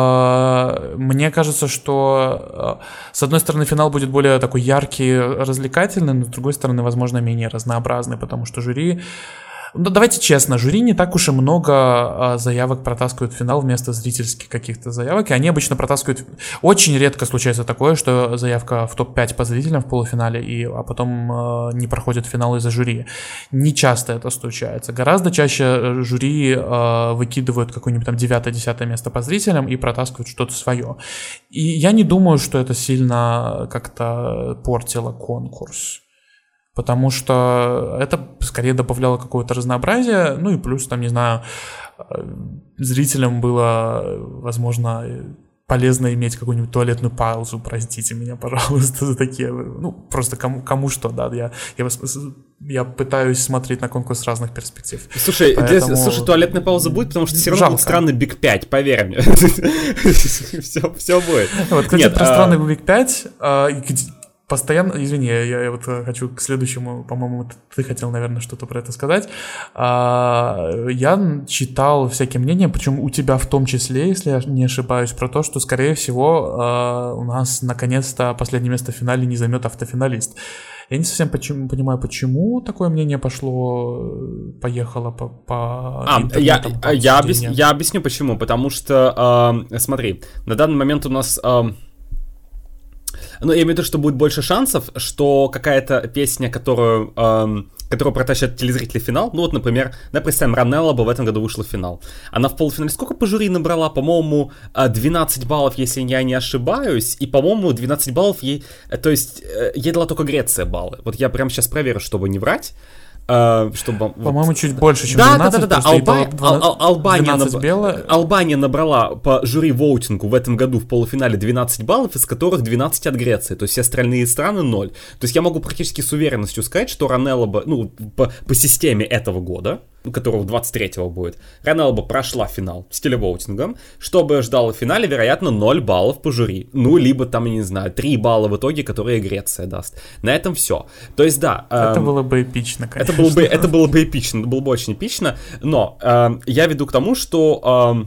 мне кажется, что с одной стороны финал будет более такой яркий, развлекательный, но с другой стороны, возможно, менее разнообразный, потому что жюри... Ну, давайте честно, жюри не так уж и много а, заявок протаскивают в финал вместо зрительских каких-то заявок, и они обычно протаскивают... Очень редко случается такое, что заявка в топ пять по зрителям в полуфинале, и, а потом а, не проходит финал из-за жюри. Не часто это случается. Гораздо чаще жюри а, выкидывают какое-нибудь там девятое-десятое место по зрителям и протаскивают что-то свое. И я не думаю, что это сильно как-то портило конкурс. Потому что это скорее добавляло какое-то разнообразие, ну и плюс, там, не знаю, зрителям было, возможно, полезно иметь какую-нибудь туалетную паузу, простите меня, пожалуйста, за такие, ну, просто кому, кому что, да, я, я, я пытаюсь смотреть на конкурс с разных перспектив. Слушай, Поэтому... для, слушай, туалетная пауза будет, потому что все равно Жалко. Будет странный Биг пять, поверь мне, все, все будет. Вот, кстати, про странный Биг пять, постоянно, извини, я, я вот хочу к следующему, по-моему, ты хотел, наверное, что-то про это сказать. А, я читал всякие мнения, причем у тебя в том числе, если я не ошибаюсь, про то, что, скорее всего, а, у нас наконец-то последнее место в финале не займет автофиналист. Я не совсем почему, понимаю, почему такое мнение пошло, поехало по, по а, я, по я, объясню, я объясню почему. Потому что, э, смотри, на данный момент у нас... Э, Ну, я имею в виду, что будет больше шансов, что какая-то песня, которую, эм, которую протащат телезрители в финал, ну вот, например, да, представим, Ранелла бы в этом году вышла в финал. Она в полуфинале сколько по жюри набрала? По-моему, двенадцать баллов, если я не ошибаюсь, и, по-моему, двенадцать баллов ей, то есть, ей дала только Греция баллы. Вот я прямо сейчас проверю, чтобы не врать. Uh, чтобы, По-моему, вот, чуть больше, чем да, двенадцать. Да, да, да, Алба... Ал- Ал- Албания, наб... Албания набрала по жюри-воутингу в этом году в полуфинале двенадцать баллов, из которых двенадцать от Греции, то есть все остальные страны ноль. То есть я могу практически с уверенностью сказать, что Ранелла бы, ну, по, по системе этого года, которого двадцать третьего будет, Ранелла бы прошла финал с телевоутингом, что бы ждало в финале, вероятно, ноль баллов по жюри. Ну, либо там, я не знаю, три балла в итоге, которые Греция даст. На этом все. То есть, да. Это эм, было бы эпично, конечно. Это было бы, это было бы эпично, это было бы очень эпично, но эм, я веду к тому, что... Эм,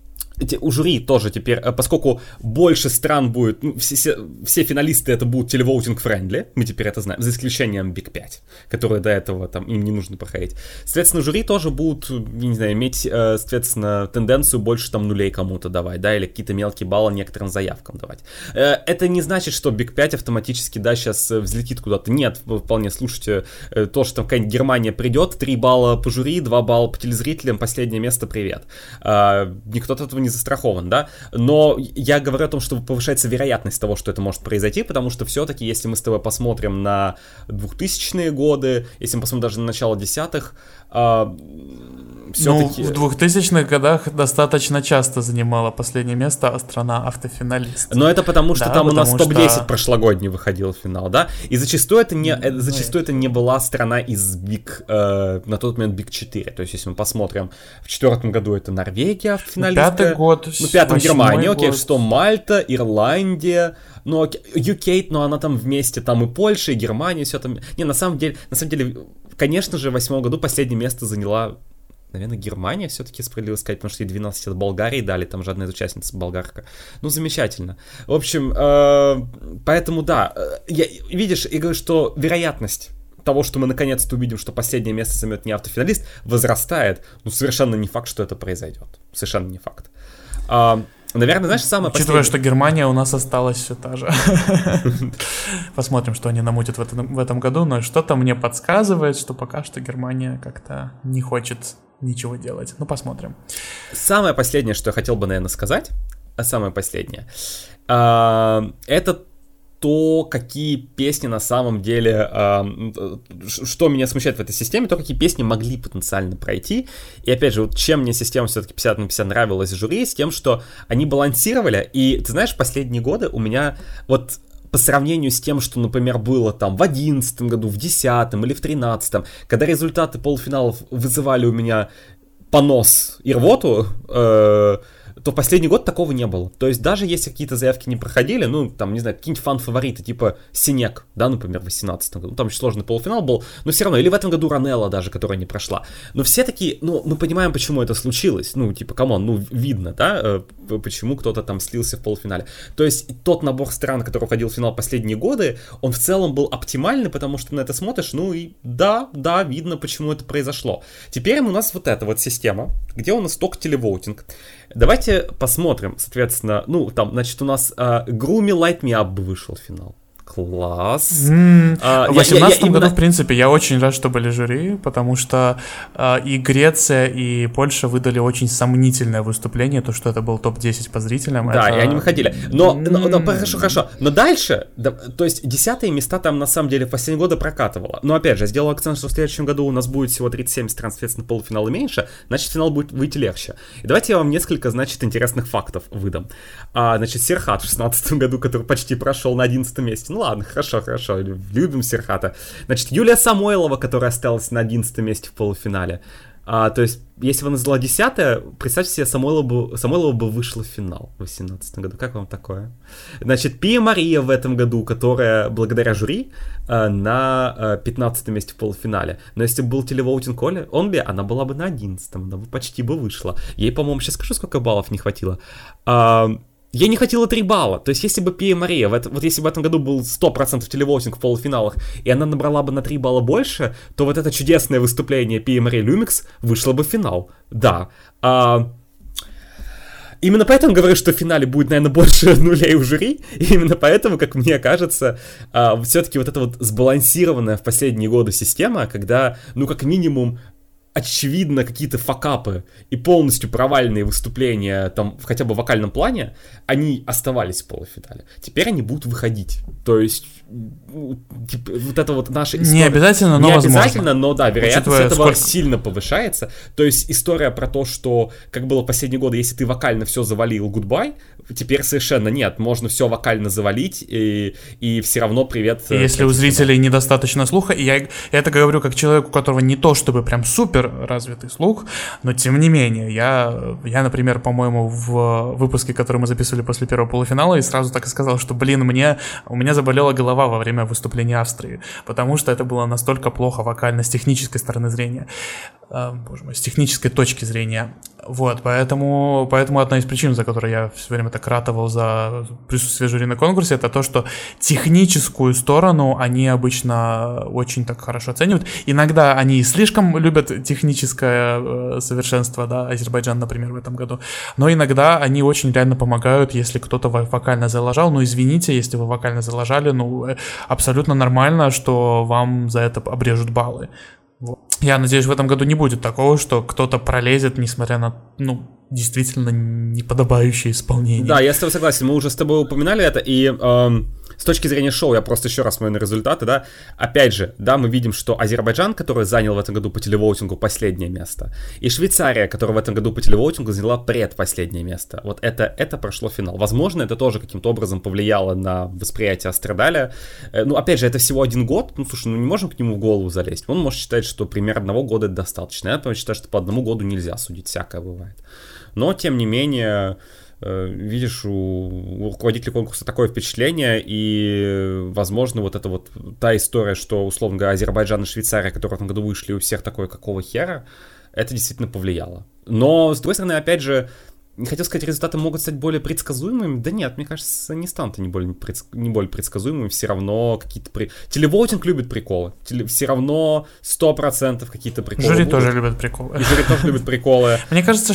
у жюри тоже теперь, поскольку больше стран будет, ну, все, все, все финалисты это будут телевоутинг-френдли, мы теперь это знаем, за исключением Биг пять, которые до этого там им не нужно проходить. Соответственно, жюри тоже будут, не знаю, иметь, соответственно, тенденцию больше там нулей кому-то давать, да, или какие-то мелкие баллы некоторым заявкам давать. Это не значит, что Биг пять автоматически, да, сейчас взлетит куда-то. Нет, вы вполне слушайте, то, что там какая-нибудь Германия придет, три балла по жюри, два балла по телезрителям, последнее место, привет. Никто от этого не застрахован, да, но я говорю о том, что повышается вероятность того, что это может произойти, потому что все-таки, если мы с тобой посмотрим на двухтысячные годы, если мы посмотрим даже на начало десятых, а, все-таки... Ну, в двухтысячных годах достаточно часто занимала последнее место страна автофиналист. Но это потому, что да, там у нас топ десять что... прошлогодний выходил в финал, да, и зачастую это не, mm, зачастую это не была страна из Биг, э, на тот момент Биг четыре, то есть если мы посмотрим, в четвертом году это Норвегия автофиналистка. Пятый год, ну, пятом Германия, окей, что Мальта, Ирландия, ну, ю кей, но она там вместе, там и Польша, и Германия, все там. Не, на самом деле, на самом деле, конечно же, в восьмом году последнее место заняла, наверное, Германия, все-таки справедливо сказать, потому что ей двенадцать от Болгарии дали, там же одна из участниц болгарка. Ну, замечательно. В общем, э, поэтому, да, я, видишь, я говорю, что вероятность того, что мы наконец-то увидим, что последнее место займет не автофиналист, возрастает, но совершенно не факт, что это произойдет. Совершенно не факт. А, наверное, знаешь, самое Учитывая, последнее... что Германия у нас осталась все та же. Посмотрим, что они намутят в этом, в этом году, но что-то мне подсказывает, что пока что Германия как-то не хочет ничего делать. Ну, посмотрим. Самое последнее, что я хотел бы, наверное, сказать, а самое последнее, э, это то, какие песни на самом деле, э, что меня смущает в этой системе, то, какие песни могли потенциально пройти. И опять же, вот чем мне система все-таки пятьдесят на пятьдесят нравилась жюри, с тем, что они балансировали. И ты знаешь, последние годы у меня вот по сравнению с тем, что, например, было там в одиннадцатом году, в десятом или в тринадцатом, когда результаты полуфиналов вызывали у меня понос и рвоту, э, то в последний год такого не было. То есть даже если какие-то заявки не проходили, ну, там, не знаю, какие-нибудь фан-фавориты, типа Синек, да, например, в восемнадцатом году, там очень сложный полуфинал был, но все равно, или в этом году Ранелла даже, которая не прошла. Но все такие, ну, мы понимаем, почему это случилось, ну, типа, камон, ну, видно, да, почему кто-то там слился в полуфинале. То есть тот набор стран, который уходил в финал последние годы, он в целом был оптимальный, потому что на это смотришь, ну, и да, да, видно, почему это произошло. Теперь у нас вот эта вот система, где у нас только телевоутинг. Давайте посмотрим, соответственно, ну, там, значит, у нас uh, Груми Light Me Up вышел в финал. Класс. Mm, а, в две тысячи восемнадцатом году, именно... в принципе, я очень рад, что были жюри, потому что э, и Греция, и Польша выдали очень сомнительное выступление, то, что это был топ десять по зрителям. Да, это... и они выходили. Но, mm. но, но хорошо, хорошо. Но дальше, да, то есть десятые места там на самом деле в последние годы прокатывало. Но опять же, я сделал акцент, что в следующем году у нас будет всего тридцать семь стран, соответственно, полуфинала меньше, значит, финал будет выйти легче. И давайте я вам несколько, значит, интересных фактов выдам. А, значит, Серхат в шестнадцатом году, который почти прошел на одиннадцатом месте. Ну ладно, хорошо, хорошо, любим Серхата. Значит, Юлия Самойлова, которая осталась на одиннадцатом месте в полуфинале. А, то есть, если бы она заняла десятое, представьте себе, Самойлова бы, Самойлова бы вышла в финал в восемнадцатом году. Как вам такое? Значит, Пия Мария в этом году, которая благодаря жюри на пятнадцатом месте в полуфинале. Но если бы был телевоутинг онли, она была бы на одиннадцатом, она бы почти бы вышла. Ей, по-моему, сейчас скажу, сколько баллов не хватило. Ей не хватило три балла. То есть, если бы Пия Мария, в это, вот если бы в этом году был сто процентов телевоутинг в полуфиналах, и она набрала бы на три балла больше, то вот это чудесное выступление Пия Мария Люмикс вышло бы в финал. Да. А, именно поэтому говорю, что в финале будет, наверное, больше нулей у жюри. И именно поэтому, как мне кажется, а, все-таки вот эта вот сбалансированная в последние годы система, когда, ну, как минимум, очевидно, какие-то факапы и полностью провальные выступления там хотя бы в вокальном плане, они оставались в полуфинале. Теперь они будут выходить. То есть, типа, вот это вот наша история... Не обязательно, но Не возможно. обязательно, но да, вероятность Учитывая, этого сколько... сильно повышается. То есть, история про то, что, как было в последние годы, если ты вокально все завалил, goodbye, теперь совершенно нет. Можно все вокально завалить, и, и все равно привет... И если у зрителей фильмам. Недостаточно слуха, и я, я это говорю как человек, у которого не то чтобы прям супер развитый слух, но тем не менее, я, я, например, по-моему, в выпуске, который мы записывали после первого полуфинала, и сразу так и сказал, что, блин, мне, у меня заболела голова во время выступления Австрии, потому что это было настолько плохо вокально с технической стороны зрения, э, боже мой, с технической точки зрения. Вот, поэтому, поэтому одна из причин, за которой я все время так ратовал за присутствие жюри на конкурсе, это то, что техническую сторону они обычно очень так хорошо оценивают. Иногда они слишком любят техническое э, совершенство, да, Азербайджан, например, в этом году, но иногда они очень реально помогают, если кто-то вокально залажал. Ну, извините, если вы вокально залажали, ну, абсолютно нормально, что вам за это обрежут баллы. Вот. Я надеюсь, в этом году не будет такого, что кто-то пролезет, несмотря на, ну, действительно неподобающее исполнение. Да, я с тобой согласен, мы уже с тобой упоминали это, и эм, с точки зрения шоу, я просто еще раз смотрю на результаты, да, опять же, да, мы видим, что Азербайджан, который занял в этом году по телевоутингу последнее место, и Швейцария, которая в этом году по телевоутингу заняла предпоследнее место, вот это, это прошло финал. Возможно, это тоже каким-то образом повлияло на восприятие Астрадаля. Э, ну, опять же, это всего один год, ну, слушай, ну, не можем к нему в голову залезть, он может считать, что пример одного года это достаточно, я, например, считаю, что по одному году нельзя судить, всякое бывает. Но, тем не менее, э, видишь, у, у руководителя конкурса такое впечатление, и, возможно, вот это вот та история, что, условно говоря, Азербайджан и Швейцария, которые в этом году вышли, у всех такое, какого хера, это действительно повлияло. Но, с другой стороны, опять же, не хотел сказать, результаты могут стать более предсказуемыми. Да нет, мне кажется, не станут они более, предск... не более предсказуемыми. Все равно какие-то... При... Телевоутинг любит приколы. Теле... Все равно сто процентов какие-то приколы Жюри будут. тоже любят приколы. И жюри тоже любит приколы. Мне кажется,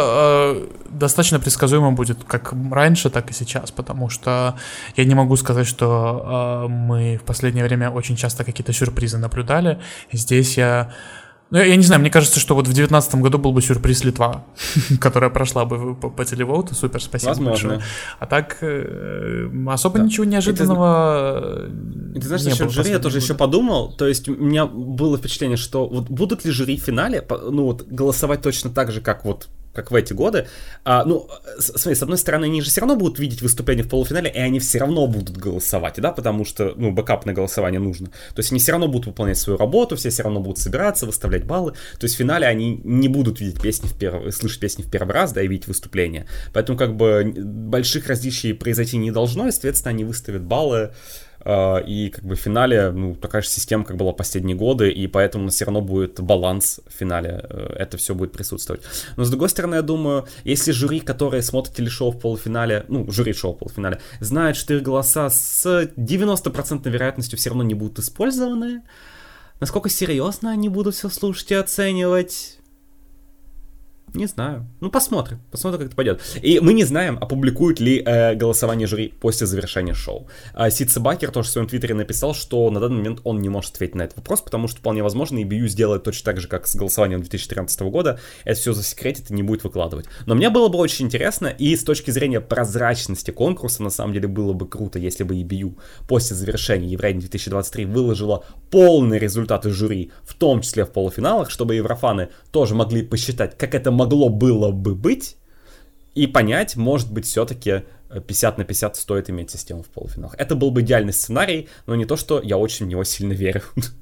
что э, достаточно предсказуемо будет как раньше, так и сейчас. Потому что я не могу сказать, что э, мы в последнее время очень часто какие-то сюрпризы наблюдали. Здесь я... Ну, я не знаю, мне кажется, что вот в девятнадцатом году был бы сюрприз Литва, которая прошла бы по, по телевоуту. Супер, спасибо Возможно. большое. А так, э, особо да. ничего неожиданного и ты, и ты знаешь, насчет жюри я тоже года. еще подумал. То есть у меня было впечатление, что вот будут ли жюри в финале, ну вот, голосовать точно так же, как вот как в эти годы. А, ну, смотри, с одной стороны, они же все равно будут видеть выступление в полуфинале, и они все равно будут голосовать, да, потому что, ну, бэкап на голосование нужно. То есть они все равно будут выполнять свою работу, все все равно будут собираться, выставлять баллы. То есть в финале они не будут видеть песни в первый, слышать песни в первый раз, да, и видеть выступление. Поэтому, как бы, больших различий произойти не должно, и, соответственно, они выставят баллы. И как бы в финале, ну, такая же система, как была в последние годы, и поэтому у нас все равно будет баланс в финале, это все будет присутствовать. Но с другой стороны, я думаю, если жюри, которые смотрят телешоу в полуфинале, ну, жюри шоу в полуфинале, знают, что их голоса с девяносто процентов вероятностью все равно не будут использованы, насколько серьезно они будут все слушать и оценивать... Не знаю. Ну, посмотрим. Посмотрим, как это пойдет. И мы не знаем, опубликуют ли э, голосование жюри после завершения шоу. А Сид Себакер тоже в своем твиттере написал, что на данный момент он не может ответить на этот вопрос, потому что вполне возможно и би ю сделает точно так же, как с голосованием две тысячи тринадцатого года. Это все засекретит и не будет выкладывать. Но мне было бы очень интересно, и с точки зрения прозрачности конкурса, на самом деле, было бы круто, если бы и би ю после завершения Евровидения две тысячи двадцать три выложила полные результаты жюри, в том числе в полуфиналах, чтобы еврофаны тоже могли посчитать, как это могло было бы быть, и понять, может быть, все-таки пятьдесят на пятьдесят стоит иметь систему в полуфиналах. Это был бы идеальный сценарий, но не то, что я очень в него сильно верю.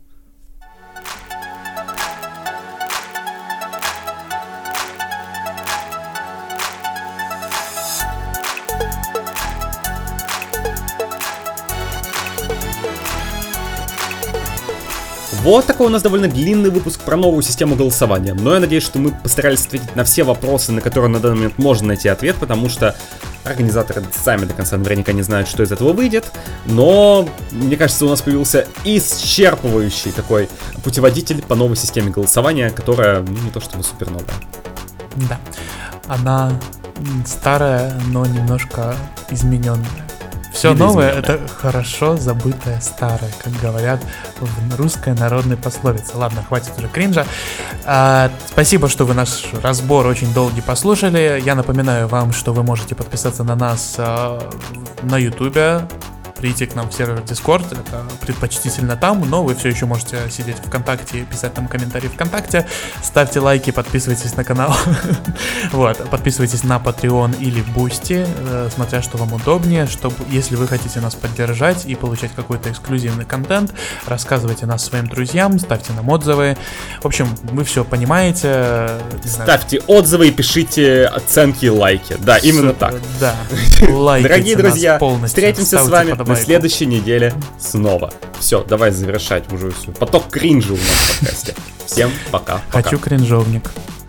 Вот такой у нас довольно длинный выпуск про новую систему голосования. Но я надеюсь, что мы постарались ответить на все вопросы, на которые на данный момент можно найти ответ, потому что организаторы сами до конца наверняка не знают, что из этого выйдет. Но, мне кажется, у нас появился исчерпывающий такой путеводитель по новой системе голосования, которая, ну, не то чтобы супер новая. Да, она старая, но немножко измененная. Все новое — это хорошо забытое старое, как говорят в русской народной пословице. Ладно, хватит уже кринжа. А, спасибо, что вы наш разбор очень долгий послушали. Я напоминаю вам, что вы можете подписаться на нас а, на Ютубе, прийти к нам в сервер Discord, это предпочтительно там, но вы все еще можете сидеть в ВКонтакте и писать там комментарии ВКонтакте. Ставьте лайки, подписывайтесь на канал. Вот, подписывайтесь на Patreon или Boosty, смотря что вам удобнее, чтобы, если вы хотите нас поддержать и получать какой-то эксклюзивный контент, рассказывайте нас своим друзьям, ставьте нам отзывы. В общем, вы все понимаете. Ставьте отзывы и пишите оценки и лайки. Да, именно так. Да. Лайкайте. Дорогие друзья, встретимся с вами на следующей неделе снова. Все, давай завершать уже все. Поток кринжа у нас в подкасте. Всем пока. Хочу кринжовник.